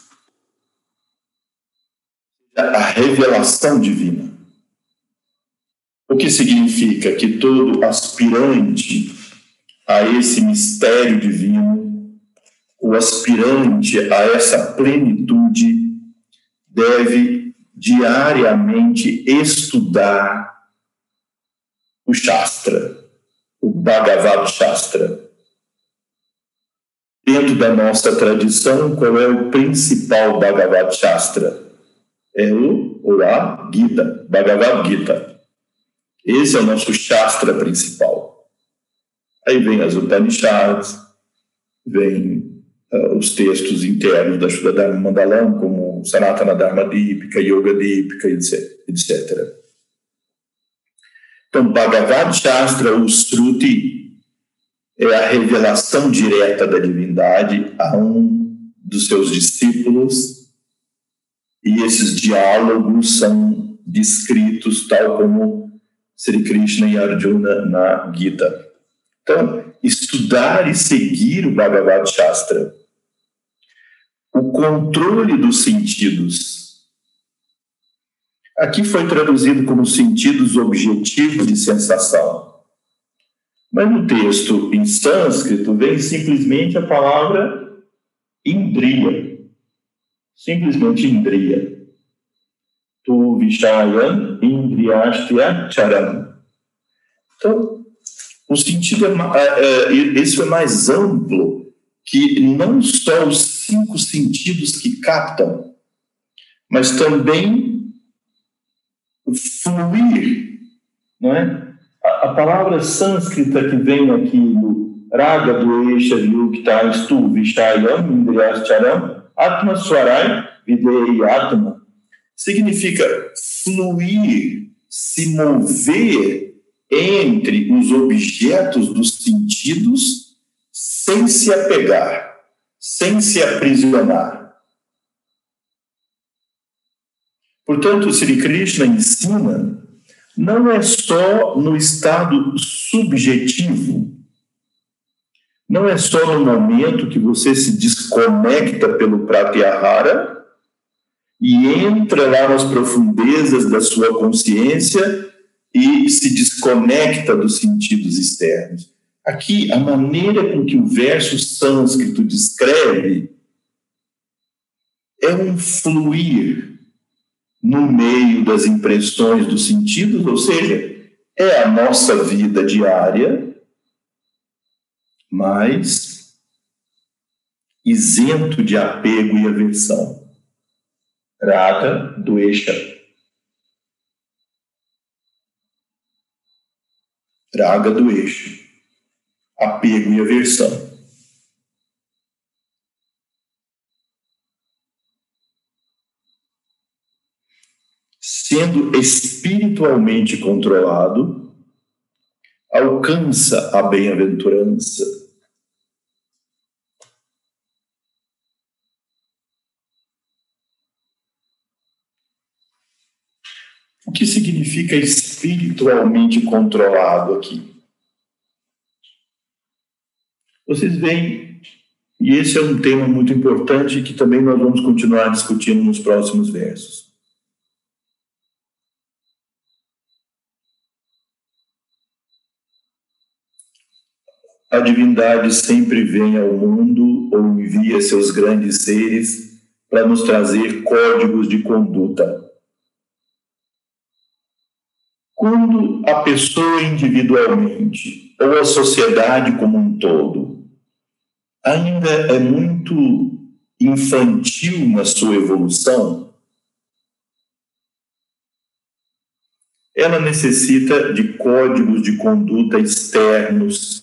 a revelação divina. O que significa que todo aspirante a esse mistério divino, o o aspirante a essa plenitude deve diariamente estudar o Shastra, o Bhagavad Shastra. Dentro da nossa tradição, qual é o principal Bhagavad Shastra? É o, o a Gita, Bhagavad Gita. Esse é o nosso Shastra principal. Aí vem as Upanishads, vem uh, os textos internos da Shuddha Dharma Mandalam, como Sanatana Dharma Dipika, Yoga Dipika, etcétera. Então, Bhagavad Shastra, o Shruti, é a revelação direta da divindade a um dos seus discípulos, e esses diálogos são descritos tal como Sri Krishna e Arjuna na Gita. Então, estudar e seguir o Bhagavad Shastra, o controle dos sentidos. Aqui foi traduzido como sentidos objetivos de sensação. Mas no texto em sânscrito vem simplesmente a palavra indriya. Simplesmente indriya. Tu vishayan indriyashtya charam. Então, o sentido é, é, é, esse é mais amplo, que não só os cinco sentidos que captam, mas também fluir, não é? A, a palavra sânscrita que vem aqui no Raga Dvesha Vyukta Stu Vishayam Indriyacharam Atma Swarai Videi Atma significa fluir, se mover entre os objetos dos sentidos sem se apegar, sem se aprisionar. Portanto, Sri Krishna ensina não é só no estado subjetivo, não é só no momento que você se desconecta pelo pratyahara e entra lá nas profundezas da sua consciência e se desconecta dos sentidos externos. Aqui, a maneira com que o verso sânscrito descreve é um fluir no meio das impressões dos sentidos, ou seja, é a nossa vida diária, mas isento de apego e aversão. Raga Dvesha. Raga Dvesha. Apego e aversão. Sendo espiritualmente controlado, alcança a bem-aventurança. O que significa espiritualmente controlado aqui? Vocês veem, e esse é um tema muito importante que também nós vamos continuar discutindo nos próximos versos. A divindade sempre vem ao mundo ou envia seus grandes seres para nos trazer códigos de conduta. Quando a pessoa individualmente ou a sociedade como um todo ainda é muito infantil na sua evolução, ela necessita de códigos de conduta externos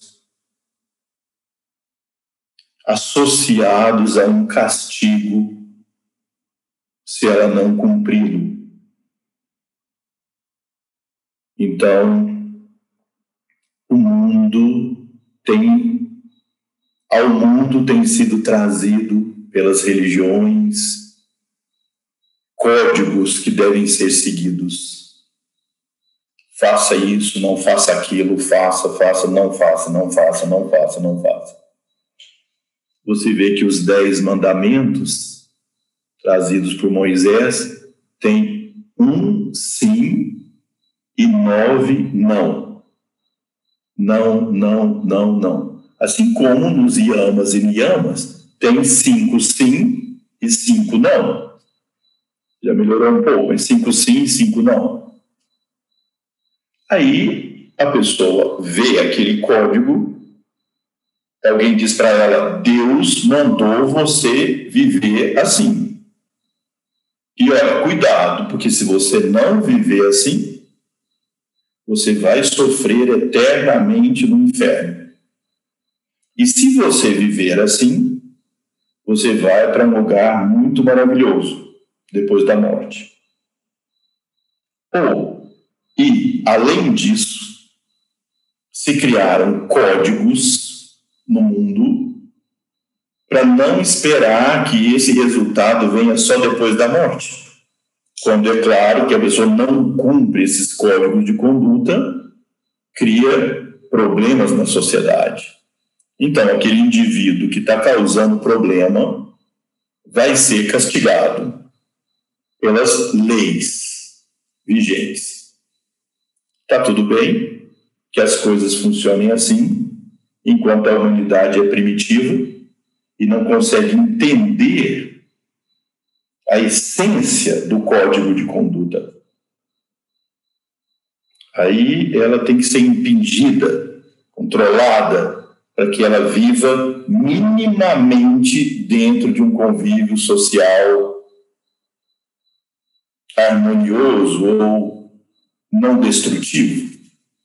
associados a um castigo se ela não cumpri-lo. Então, o mundo tem, ao mundo tem sido trazido pelas religiões códigos que devem ser seguidos. Faça isso, não faça aquilo, faça, faça, não faça, não faça, não faça, não faça. Você vê que os dez mandamentos trazidos por Moisés têm um sim e nove não. Não, não, não, não. Assim como nos yamas e niyamas tem cinco sim e cinco não. Já melhorou um pouco, mas cinco sim e cinco não. Aí a pessoa vê aquele código, alguém diz para ela, Deus mandou você viver assim. E olha, cuidado, porque se você não viver assim, você vai sofrer eternamente no inferno. E se você viver assim, você vai para um lugar muito maravilhoso depois da morte. Ou, e além disso, se criaram códigos no mundo para não esperar que esse resultado venha só depois da morte. Quando é claro que a pessoa não cumpre esses códigos de conduta, cria problemas na sociedade. Então, aquele indivíduo que está causando problema vai ser castigado pelas leis vigentes. Está tudo bem que as coisas funcionem assim, enquanto a humanidade é primitiva e não consegue entender a essência do código de conduta. Aí ela tem que ser impingida, controlada, para que ela viva minimamente dentro de um convívio social harmonioso ou não destrutivo.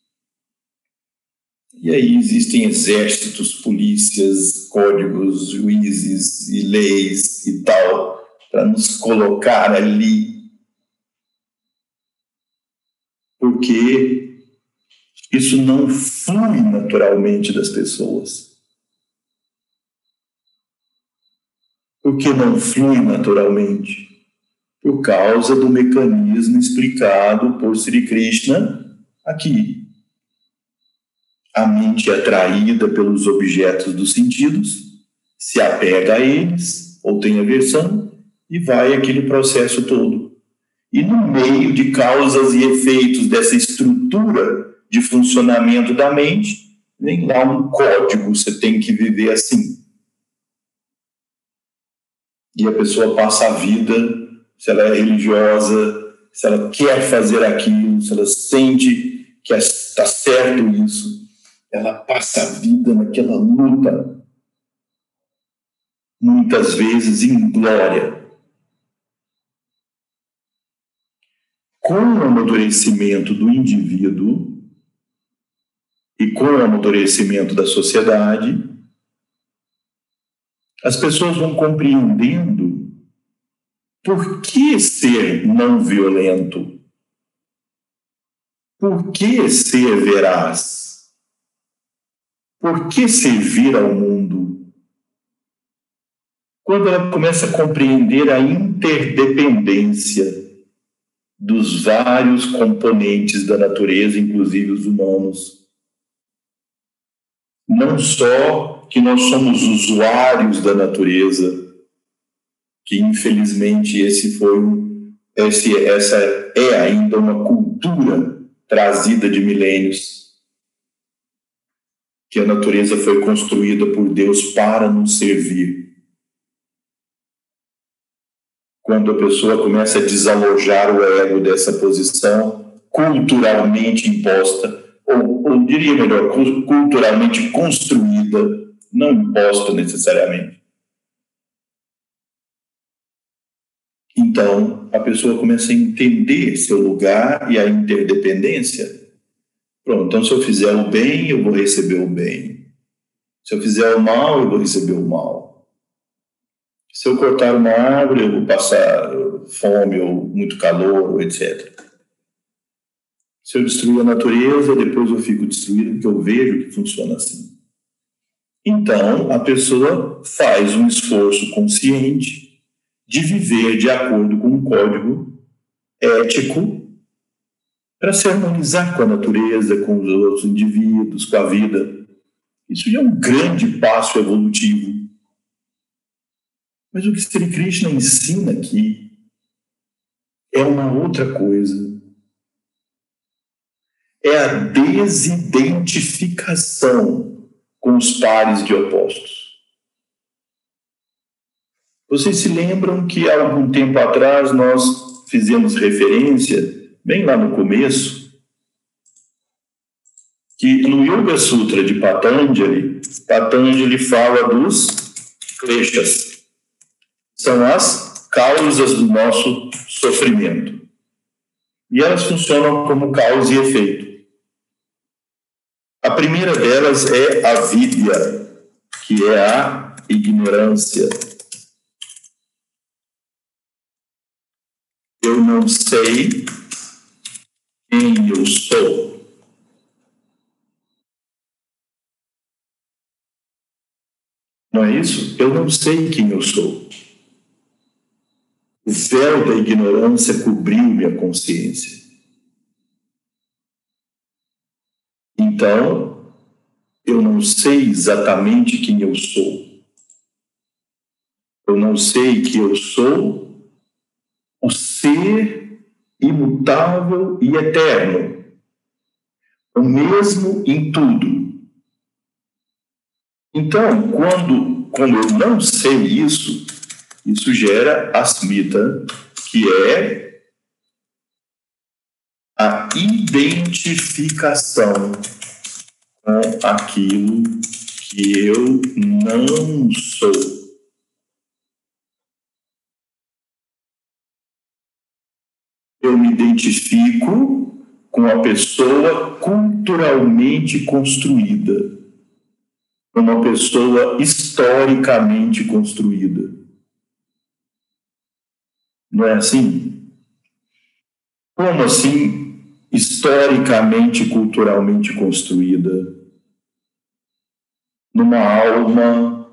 E aí existem exércitos, polícias, códigos, juízes e leis e tal, para nos colocar ali. Porque isso não flui naturalmente das pessoas. Por que não flui naturalmente? Por causa do mecanismo explicado por Sri Krishna aqui. A mente é atraída pelos objetos dos sentidos, se apega a eles, ou tem aversão, e vai aquele processo todo. E no meio de causas e efeitos dessa estrutura de funcionamento da mente, vem lá um código, você tem que viver assim. E a pessoa passa a vida, se ela é religiosa, se ela quer fazer aquilo, se ela sente que está certo isso, ela passa a vida naquela luta, muitas vezes inglória. Com o amadurecimento do indivíduo e com o amadurecimento da sociedade, as pessoas vão compreendendo por que ser não violento, por que ser veraz, por que servir ao mundo. Quando ela começa a compreender a interdependência dos vários componentes da natureza, inclusive os humanos. Não só que nós somos usuários da natureza, que infelizmente esse foi, esse, essa é ainda uma cultura trazida de milênios, que a natureza foi construída por Deus para nos servir. Quando a pessoa começa a desalojar o ego dessa posição culturalmente imposta, ou, ou diria melhor, culturalmente construída, não imposta necessariamente. Então, a pessoa começa a entender seu lugar e a interdependência. Pronto, então se eu fizer o bem, eu vou receber o bem. Se eu fizer o mal, eu vou receber o mal. Se eu cortar uma árvore, eu vou passar fome ou muito calor, etcétera. Se eu destruir a natureza, depois eu fico destruído, porque eu vejo que funciona assim. Então, a pessoa faz um esforço consciente de viver de acordo com um código ético para se harmonizar com a natureza, com os outros indivíduos, com a vida. Isso é um grande passo evolutivo. Mas o que Sri Krishna ensina aqui é uma outra coisa. É a desidentificação com os pares de opostos. Vocês se lembram que há algum tempo atrás nós fizemos referência, bem lá no começo, que no Yoga Sutra de Patanjali, Patanjali fala dos kleshas. São as causas do nosso sofrimento. E elas funcionam como causa e efeito. A primeira delas é a vidya, que é a ignorância. Eu não sei quem eu sou. Não é isso? Eu não sei quem eu sou. O véu da ignorância cobriu minha consciência. Então, eu não sei exatamente quem eu sou. Eu não sei que eu sou o ser imutável e eterno, o mesmo em tudo. Então, quando, quando eu não sei isso, isso gera asmita, que é a identificação com aquilo que eu não sou. Eu me identifico com a pessoa culturalmente construída, com uma pessoa historicamente construída. Não é assim? Como assim, historicamente, culturalmente construída? Numa alma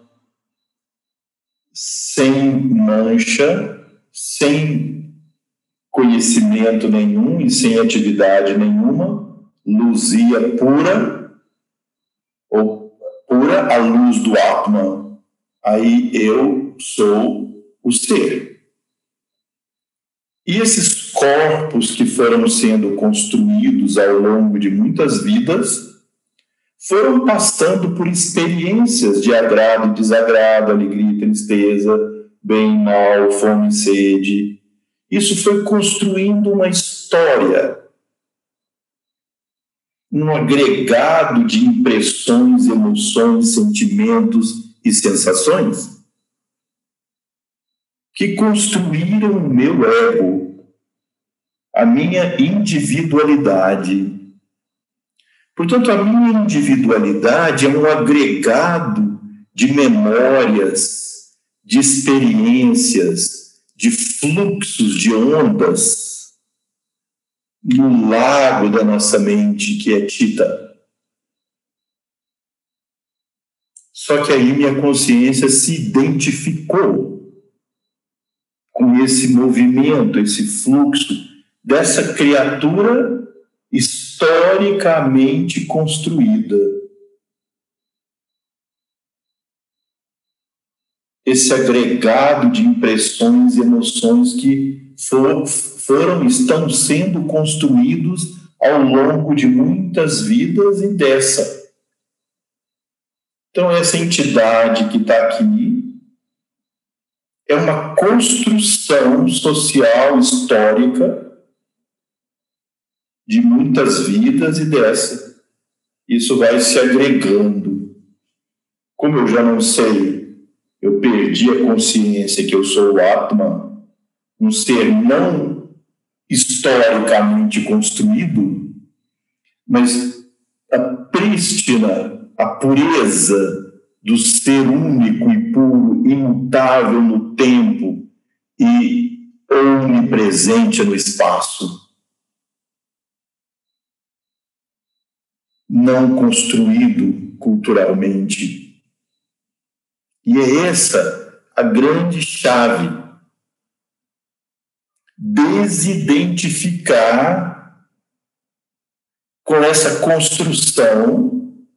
sem mancha, sem conhecimento nenhum e sem atividade nenhuma, luzia pura, ou pura a luz do Atman. Aí eu sou o ser. E esses corpos que foram sendo construídos ao longo de muitas vidas foram passando por experiências de agrado e desagrado, alegria e tristeza, bem e mal, fome e sede. Isso foi construindo uma história, um agregado de impressões, emoções, sentimentos e sensações que construíram o meu ego, a minha individualidade. Portanto, a minha individualidade é um agregado de memórias, de experiências, de fluxos de ondas no lago da nossa mente, que é Chitta. Só que aí minha consciência se identificou com esse movimento, esse fluxo dessa criatura historicamente construída. Esse agregado de impressões e emoções que for, foram, estão sendo construídos ao longo de muitas vidas e dessa. Então, essa entidade que está aqui é uma construção social, histórica, de muitas vidas e dessa. Isso vai se agregando. Como eu já não sei, eu perdi a consciência que eu sou o Atman, um ser não historicamente construído, mas a prístina, a pureza do ser único e puro, imutável no tempo e onipresente no espaço. Não construído culturalmente. E é essa a grande chave. Desidentificar com essa construção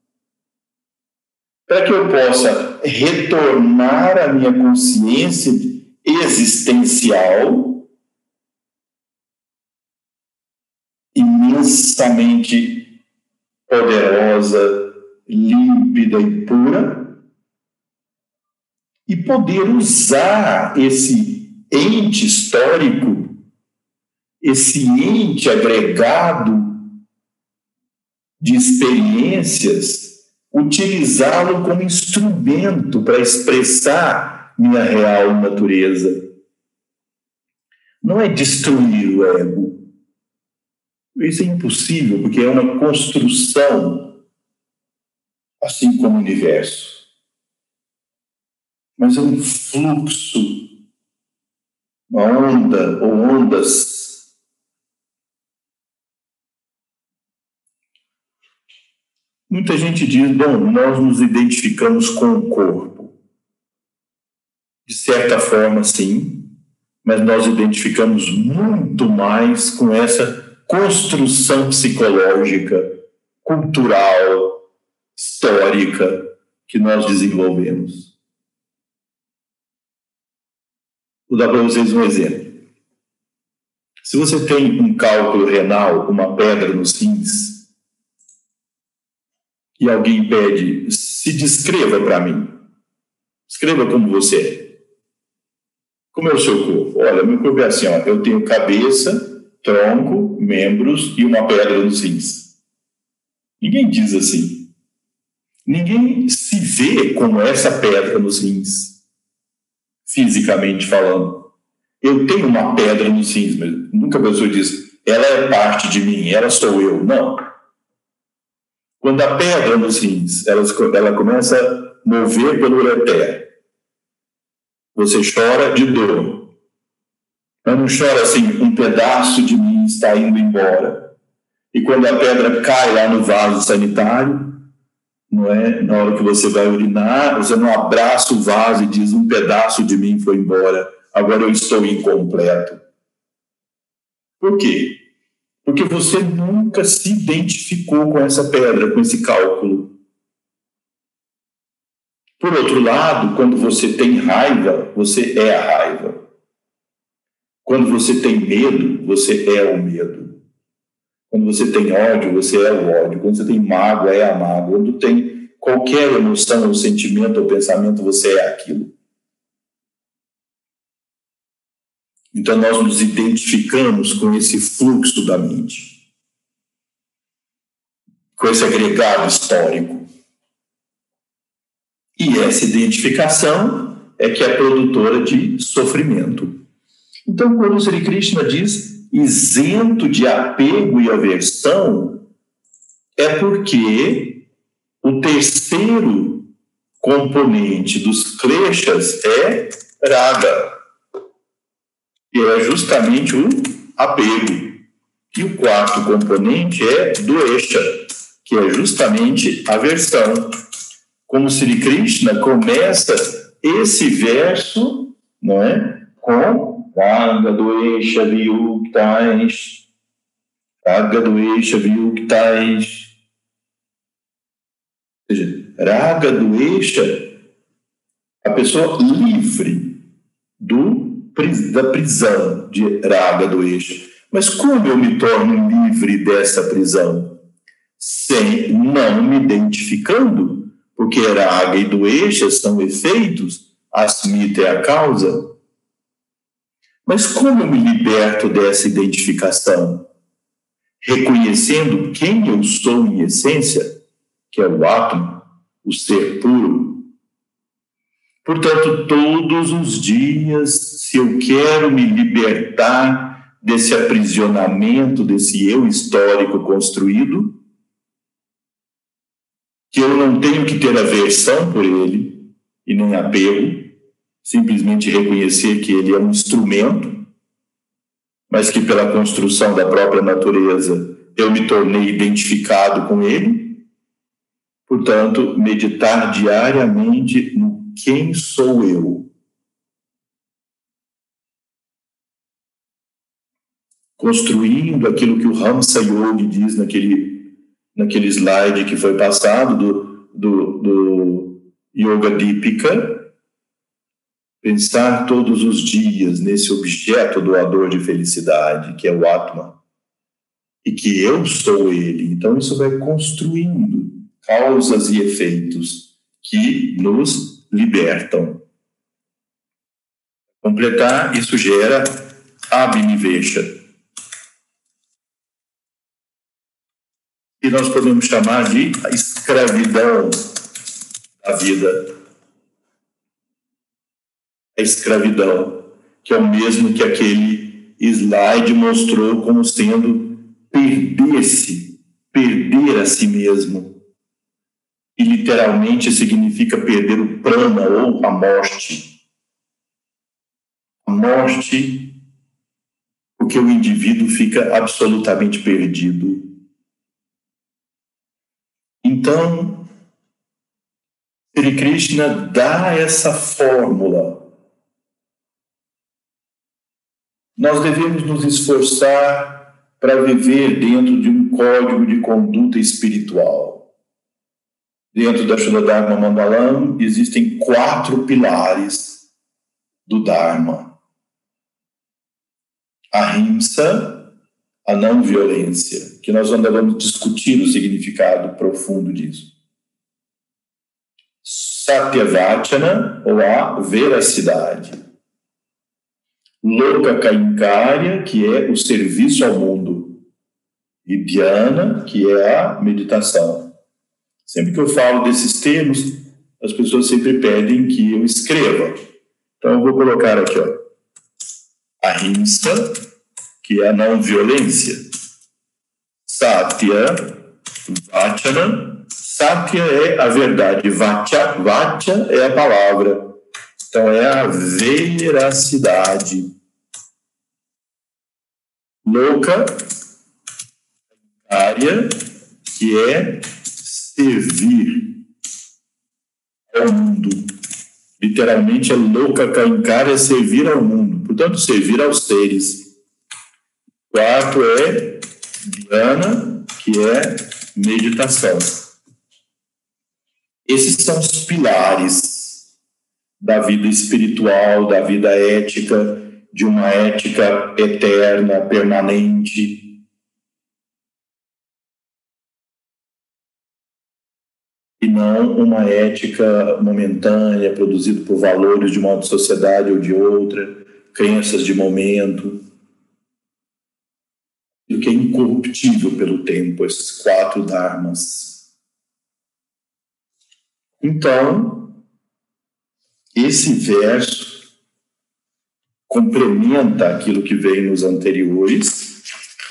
para que eu possa retornar à minha consciência existencial imensamente poderosa, límpida e pura, e poder usar esse ente histórico, esse ente agregado de experiências, utilizá-lo como instrumento para expressar minha real natureza. Não é destruir o ego. Isso é impossível, porque é uma construção, assim como o universo. Mas é um fluxo, uma onda ou ondas. Muita gente diz, bom, nós nos identificamos com o corpo. De certa forma, sim, mas nós identificamos muito mais com essa construção psicológica, cultural, histórica que nós desenvolvemos. Vou dar para vocês um exemplo. Se você tem um cálculo renal, uma pedra nos rins, e alguém pede, se descreva para mim. Escreva como você é. Como é o seu corpo? Olha, meu corpo é assim, ó, eu tenho cabeça, tronco, membros e uma pedra nos rins. Ninguém diz assim. Ninguém se vê como essa pedra nos rins, fisicamente falando. Eu tenho uma pedra nos rins, mas nunca a pessoa diz, ela é parte de mim, ela sou eu. Não. Quando a pedra nos rins, ela, ela começa a mover pelo ureter, você chora de dor. Mas não chora assim, um pedaço de mim está indo embora. E quando a pedra cai lá no vaso sanitário, não é? Na hora que você vai urinar, você não abraça o vaso e diz, um pedaço de mim foi embora, agora eu estou incompleto. Por quê? Porque você nunca se identificou com essa pedra, com esse cálculo. Por outro lado, quando você tem raiva, você é a raiva. Quando você tem medo, você é o medo. Quando você tem ódio, você é o ódio. Quando você tem mágoa, é a mágoa. Quando tem qualquer emoção, ou sentimento, ou pensamento, você é aquilo. Então, nós nos identificamos com esse fluxo da mente, com esse agregado histórico. E essa identificação é que é produtora de sofrimento. Então, quando o Sri Krishna diz isento de apego e aversão, é porque o terceiro componente dos kleshas é raga. E é justamente o apego. E o quarto componente é doesha, que é justamente a aversão. Como Sri Krishna começa esse verso, não é? Com raga doesha viyuktais, raga doesha viyuktais. Ou seja, raga doesha, a pessoa livre do da prisão de raga doesha. Mas como eu me torno livre dessa prisão? Sem não me identificando, porque raga e doesha são efeitos, asmita é a causa. Mas como eu me liberto dessa identificação? Reconhecendo quem eu sou em essência, que é o átomo, o ser puro. Portanto, todos os dias, se eu quero me libertar desse aprisionamento, desse eu histórico construído, que eu não tenho que ter aversão por ele, e nem apego, simplesmente reconhecer que ele é um instrumento, mas que pela construção da própria natureza eu me tornei identificado com ele. Portanto, meditar diariamente no quem sou eu. Construindo aquilo que o Hamsa Yogi diz naquele, naquele slide que foi passado do, do, do Yoga Dipika, pensar todos os dias nesse objeto doador de felicidade, que é o Atma, e que eu sou ele. Então isso vai construindo causas e efeitos que nos libertam. completar, isso gera abnivesha. E nós podemos chamar de a escravidão da vida. A escravidão, que é o mesmo que aquele slide mostrou como sendo perder-se, perder a si mesmo. E literalmente significa perder o prana ou a morte. A morte, porque o indivíduo fica absolutamente perdido. Então, Sri Krishna dá essa fórmula. Nós devemos nos esforçar para viver dentro de um código de conduta espiritual. Dentro da Shuddha Dharma Mandalam existem quatro pilares do Dharma. A Ahimsa, a não violência, que nós ainda vamos discutir o significado profundo disso. Satyavachana, ou a veracidade. Loka Kainkárya, que é o serviço ao mundo. E Dhyana, que é a meditação. Sempre que eu falo desses termos, as pessoas sempre pedem que eu escreva. Então eu vou colocar aqui, ó. Ahimsa, que é a não violência. Satya, Vachana. Satya é a verdade. Vacha, Vacha é a palavra. Então é a veracidade. Loka, área, que é servir ao mundo. Literalmente é Loka Kainkárya, é servir ao mundo. Portanto, servir aos seres. Quarto é Dhyana, que é meditação. Esses são os pilares da vida espiritual, da vida ética, de uma ética eterna, permanente. E não uma ética momentânea, produzida por valores de uma sociedade ou de outra, crenças de momento. O que é incorruptível pelo tempo, esses quatro dharmas. Então, esse verso complementa aquilo que veio nos anteriores.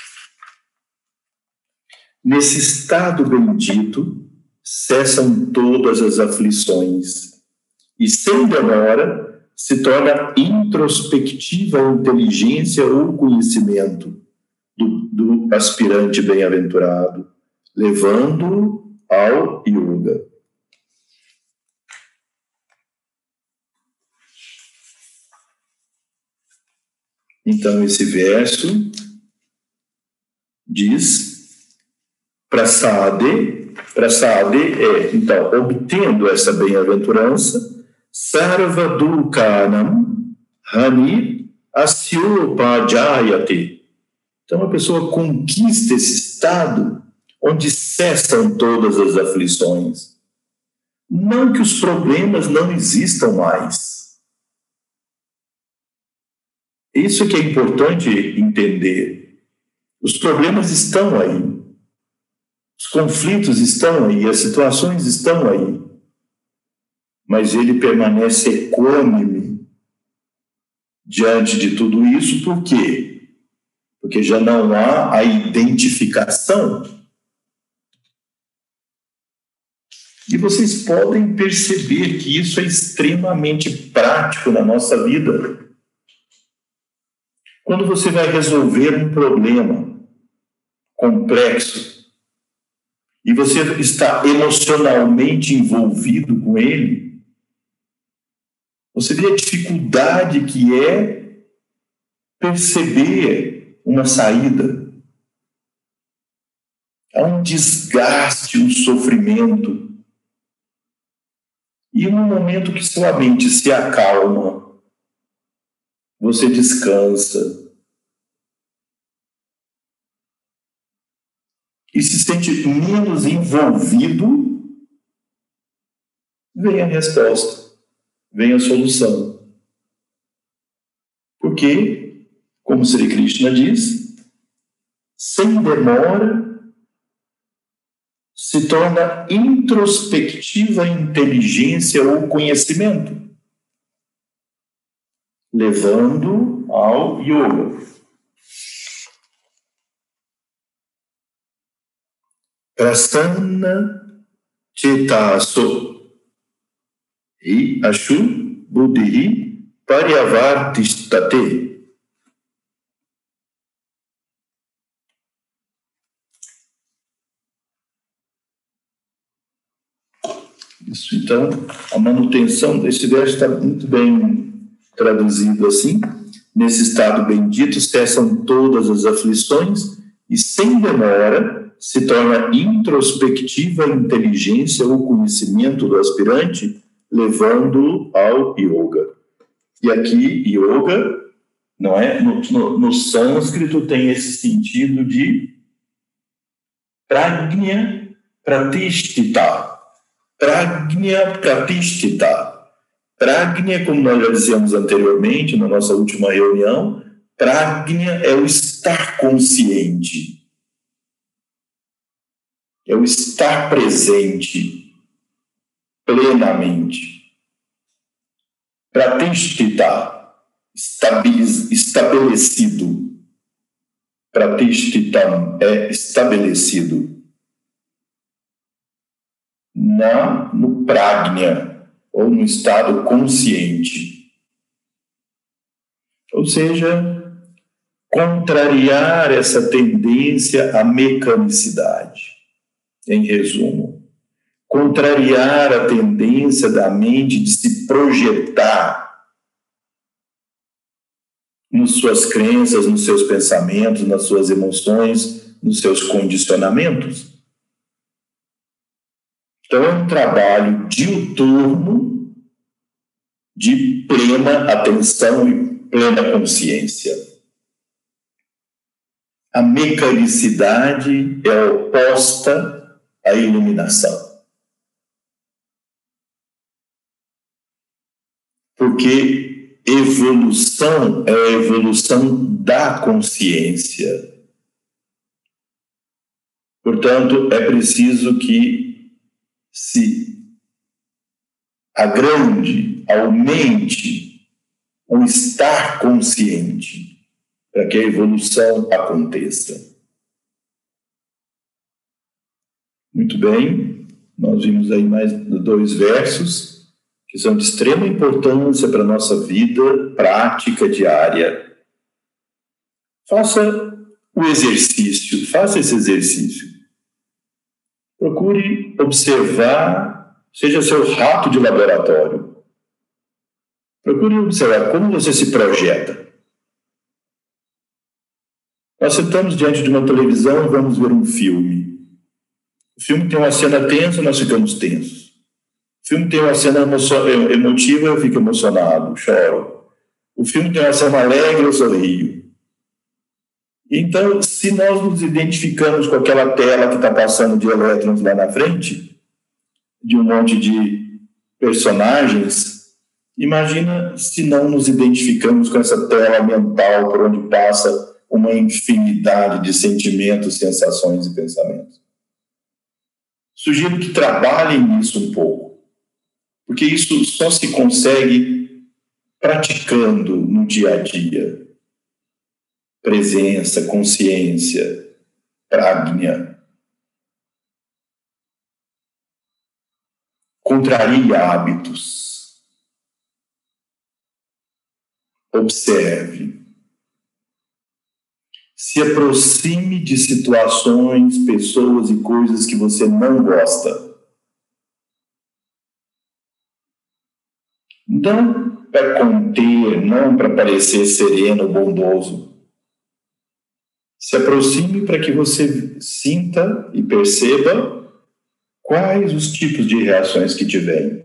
Nesse estado bendito, cessam todas as aflições e, sem demora, se torna introspectiva a inteligência ou conhecimento do, do aspirante bem-aventurado, levando-o ao yoga. Então, esse verso diz, prasade, prasade é, então, obtendo essa bem-aventurança, sarva dukkanam hani asyopajayate. Então, a pessoa conquista esse estado onde cessam todas as aflições. Não que os problemas não existam mais. Isso que é importante entender. Os problemas estão aí. Os conflitos estão aí, as situações estão aí. Mas ele permanece equânime diante de tudo isso, por quê? Porque já não há a identificação. E vocês podem perceber que isso é extremamente prático na nossa vida. Quando você vai resolver um problema complexo e você está emocionalmente envolvido com ele, você vê a dificuldade que é perceber uma saída. Há um desgaste, um sofrimento. E no momento que sua mente se acalma, você descansa e se sente menos envolvido, vem a resposta, vem a solução. Porque, como Sri Krishna diz, sem demora, se torna introspectiva a inteligência ou conhecimento, levando ao yoga. Prasanna cetaso e ashu buddhi paryavartistate. Isso, então, a manutenção desse verso está muito bem traduzido assim. Nesse estado bendito cessam todas as aflições e, sem demora, se torna introspectiva a inteligência ou conhecimento do aspirante, levando ao yoga. E aqui, yoga, não é? No, no, no sânscrito tem esse sentido de prajna pratishtita. Prajna pratishtita. Prajna, como nós já dissemos anteriormente, na nossa última reunião, prajna é o estar consciente. É o estar presente plenamente. Pratishtita, estabelecido. Pratishtitam é estabelecido. Na, no prajna, ou no estado consciente. Ou seja, contrariar essa tendência à mecanicidade. Em resumo, contrariar a tendência da mente de se projetar nas suas crenças, nos seus pensamentos, nas suas emoções, nos seus condicionamentos. Então, é um trabalho diuturno de plena atenção e plena consciência. A mecanicidade é oposta à iluminação. Porque evolução é a evolução da consciência. Portanto, é preciso que se agrande, aumente o estar consciente para que a evolução aconteça. Muito bem, nós vimos aí mais dois versos que são de extrema importância para a nossa vida prática diária. Faça o exercício, faça esse exercício. Procure observar, seja seu rato de laboratório. Procure observar como você se projeta. Nós sentamos diante de uma televisão e vamos ver um filme. O filme tem uma cena tensa, nós ficamos tensos. O filme tem uma cena emotiva, eu fico emocionado, choro. O filme tem uma cena alegre, eu sorrio. Então, se nós nos identificamos com aquela tela que está passando de elétrons lá na frente, de um monte de personagens, imagina se não nos identificamos com essa tela mental por onde passa uma infinidade de sentimentos, sensações e pensamentos. Sugiro que trabalhem nisso um pouco, porque isso só se consegue praticando no dia a dia. Presença, consciência, prajna. Contrarie hábitos. Observe. Se aproxime de situações, pessoas e coisas que você não gosta. Não para conter, não para parecer sereno, bondoso. Se aproxime para que você sinta e perceba quais os tipos de reações que tiverem.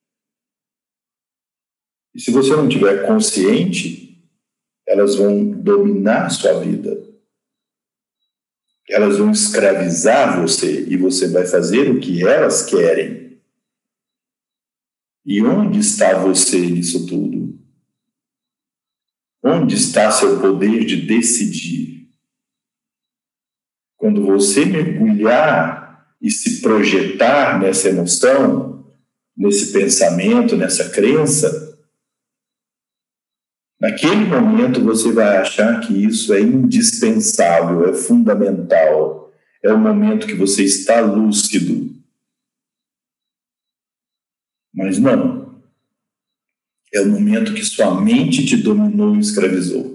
E se você não estiver consciente, elas vão dominar sua vida. Elas vão escravizar você e você vai fazer o que elas querem. E onde está você nisso tudo? Onde está seu poder de decidir? Quando você mergulhar e se projetar nessa emoção, nesse pensamento, nessa crença, naquele momento você vai achar que isso é indispensável, é fundamental, é o momento que você está lúcido. Mas não. É o momento que sua mente te dominou e escravizou.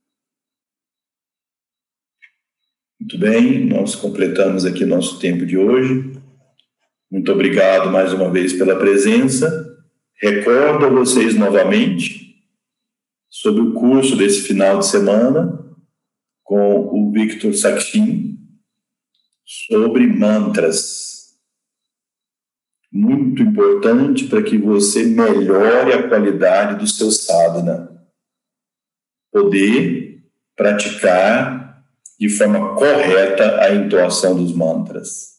Muito bem, nós completamos aqui nosso tempo de hoje. Muito obrigado mais uma vez pela presença. Recordo a vocês novamente sobre o curso desse final de semana com o Victor Sakshin sobre mantras. Muito importante para que você melhore a qualidade do seu sadhana. Poder praticar de forma correta a entoação dos mantras.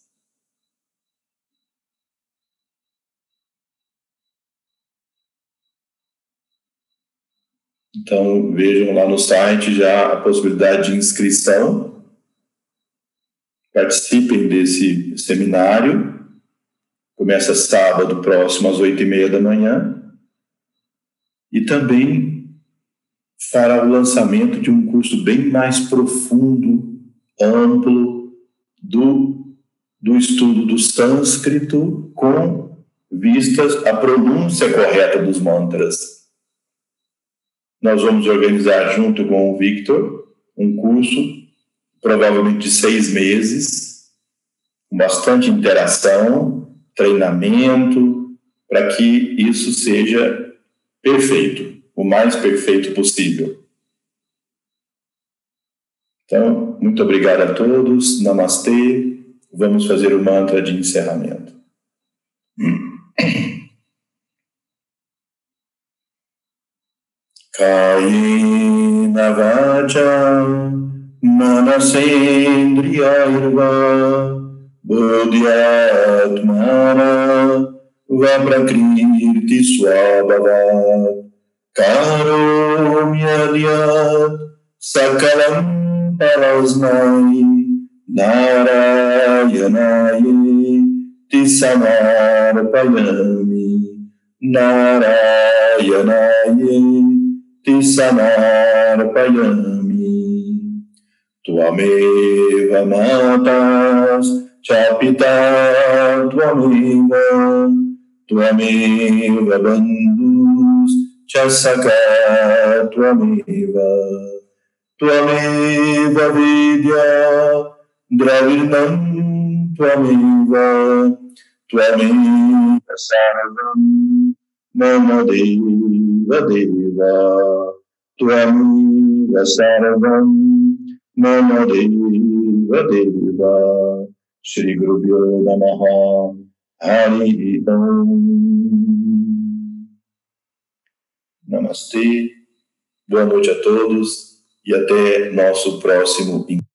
Então, vejam lá no site já a possibilidade de inscrição. Participem desse seminário. Começa sábado próximo às oito e meia da manhã. E também fará o lançamento de um curso bem mais profundo, amplo, do, do estudo do sânscrito com vistas à pronúncia correta dos mantras. Nós vamos organizar junto com o Victor um curso, provavelmente de seis meses, com bastante interação, treinamento, para que isso seja perfeito, o mais perfeito possível. Então, muito obrigado a todos, namastê, vamos fazer o mantra de encerramento. Kayena vacha manasendriyarva bodhyatmana vaprakriti swabhavat karomi adyat sakalam parasmai narayanaye tisamarpayami narayanaye Tisamarpayami Tvameva matas chapita Tvameva Tvameva bandhus chasaka Tvameva Tvameva vidya dravirnam Tvameva Tvameva sarvam Mama Deva Deva Tvameva Sarvam Mama Deva Deva Shri Guru Bhyo Namaha Hari Om. Namastê, boa noite a todos e até nosso próximo encontro.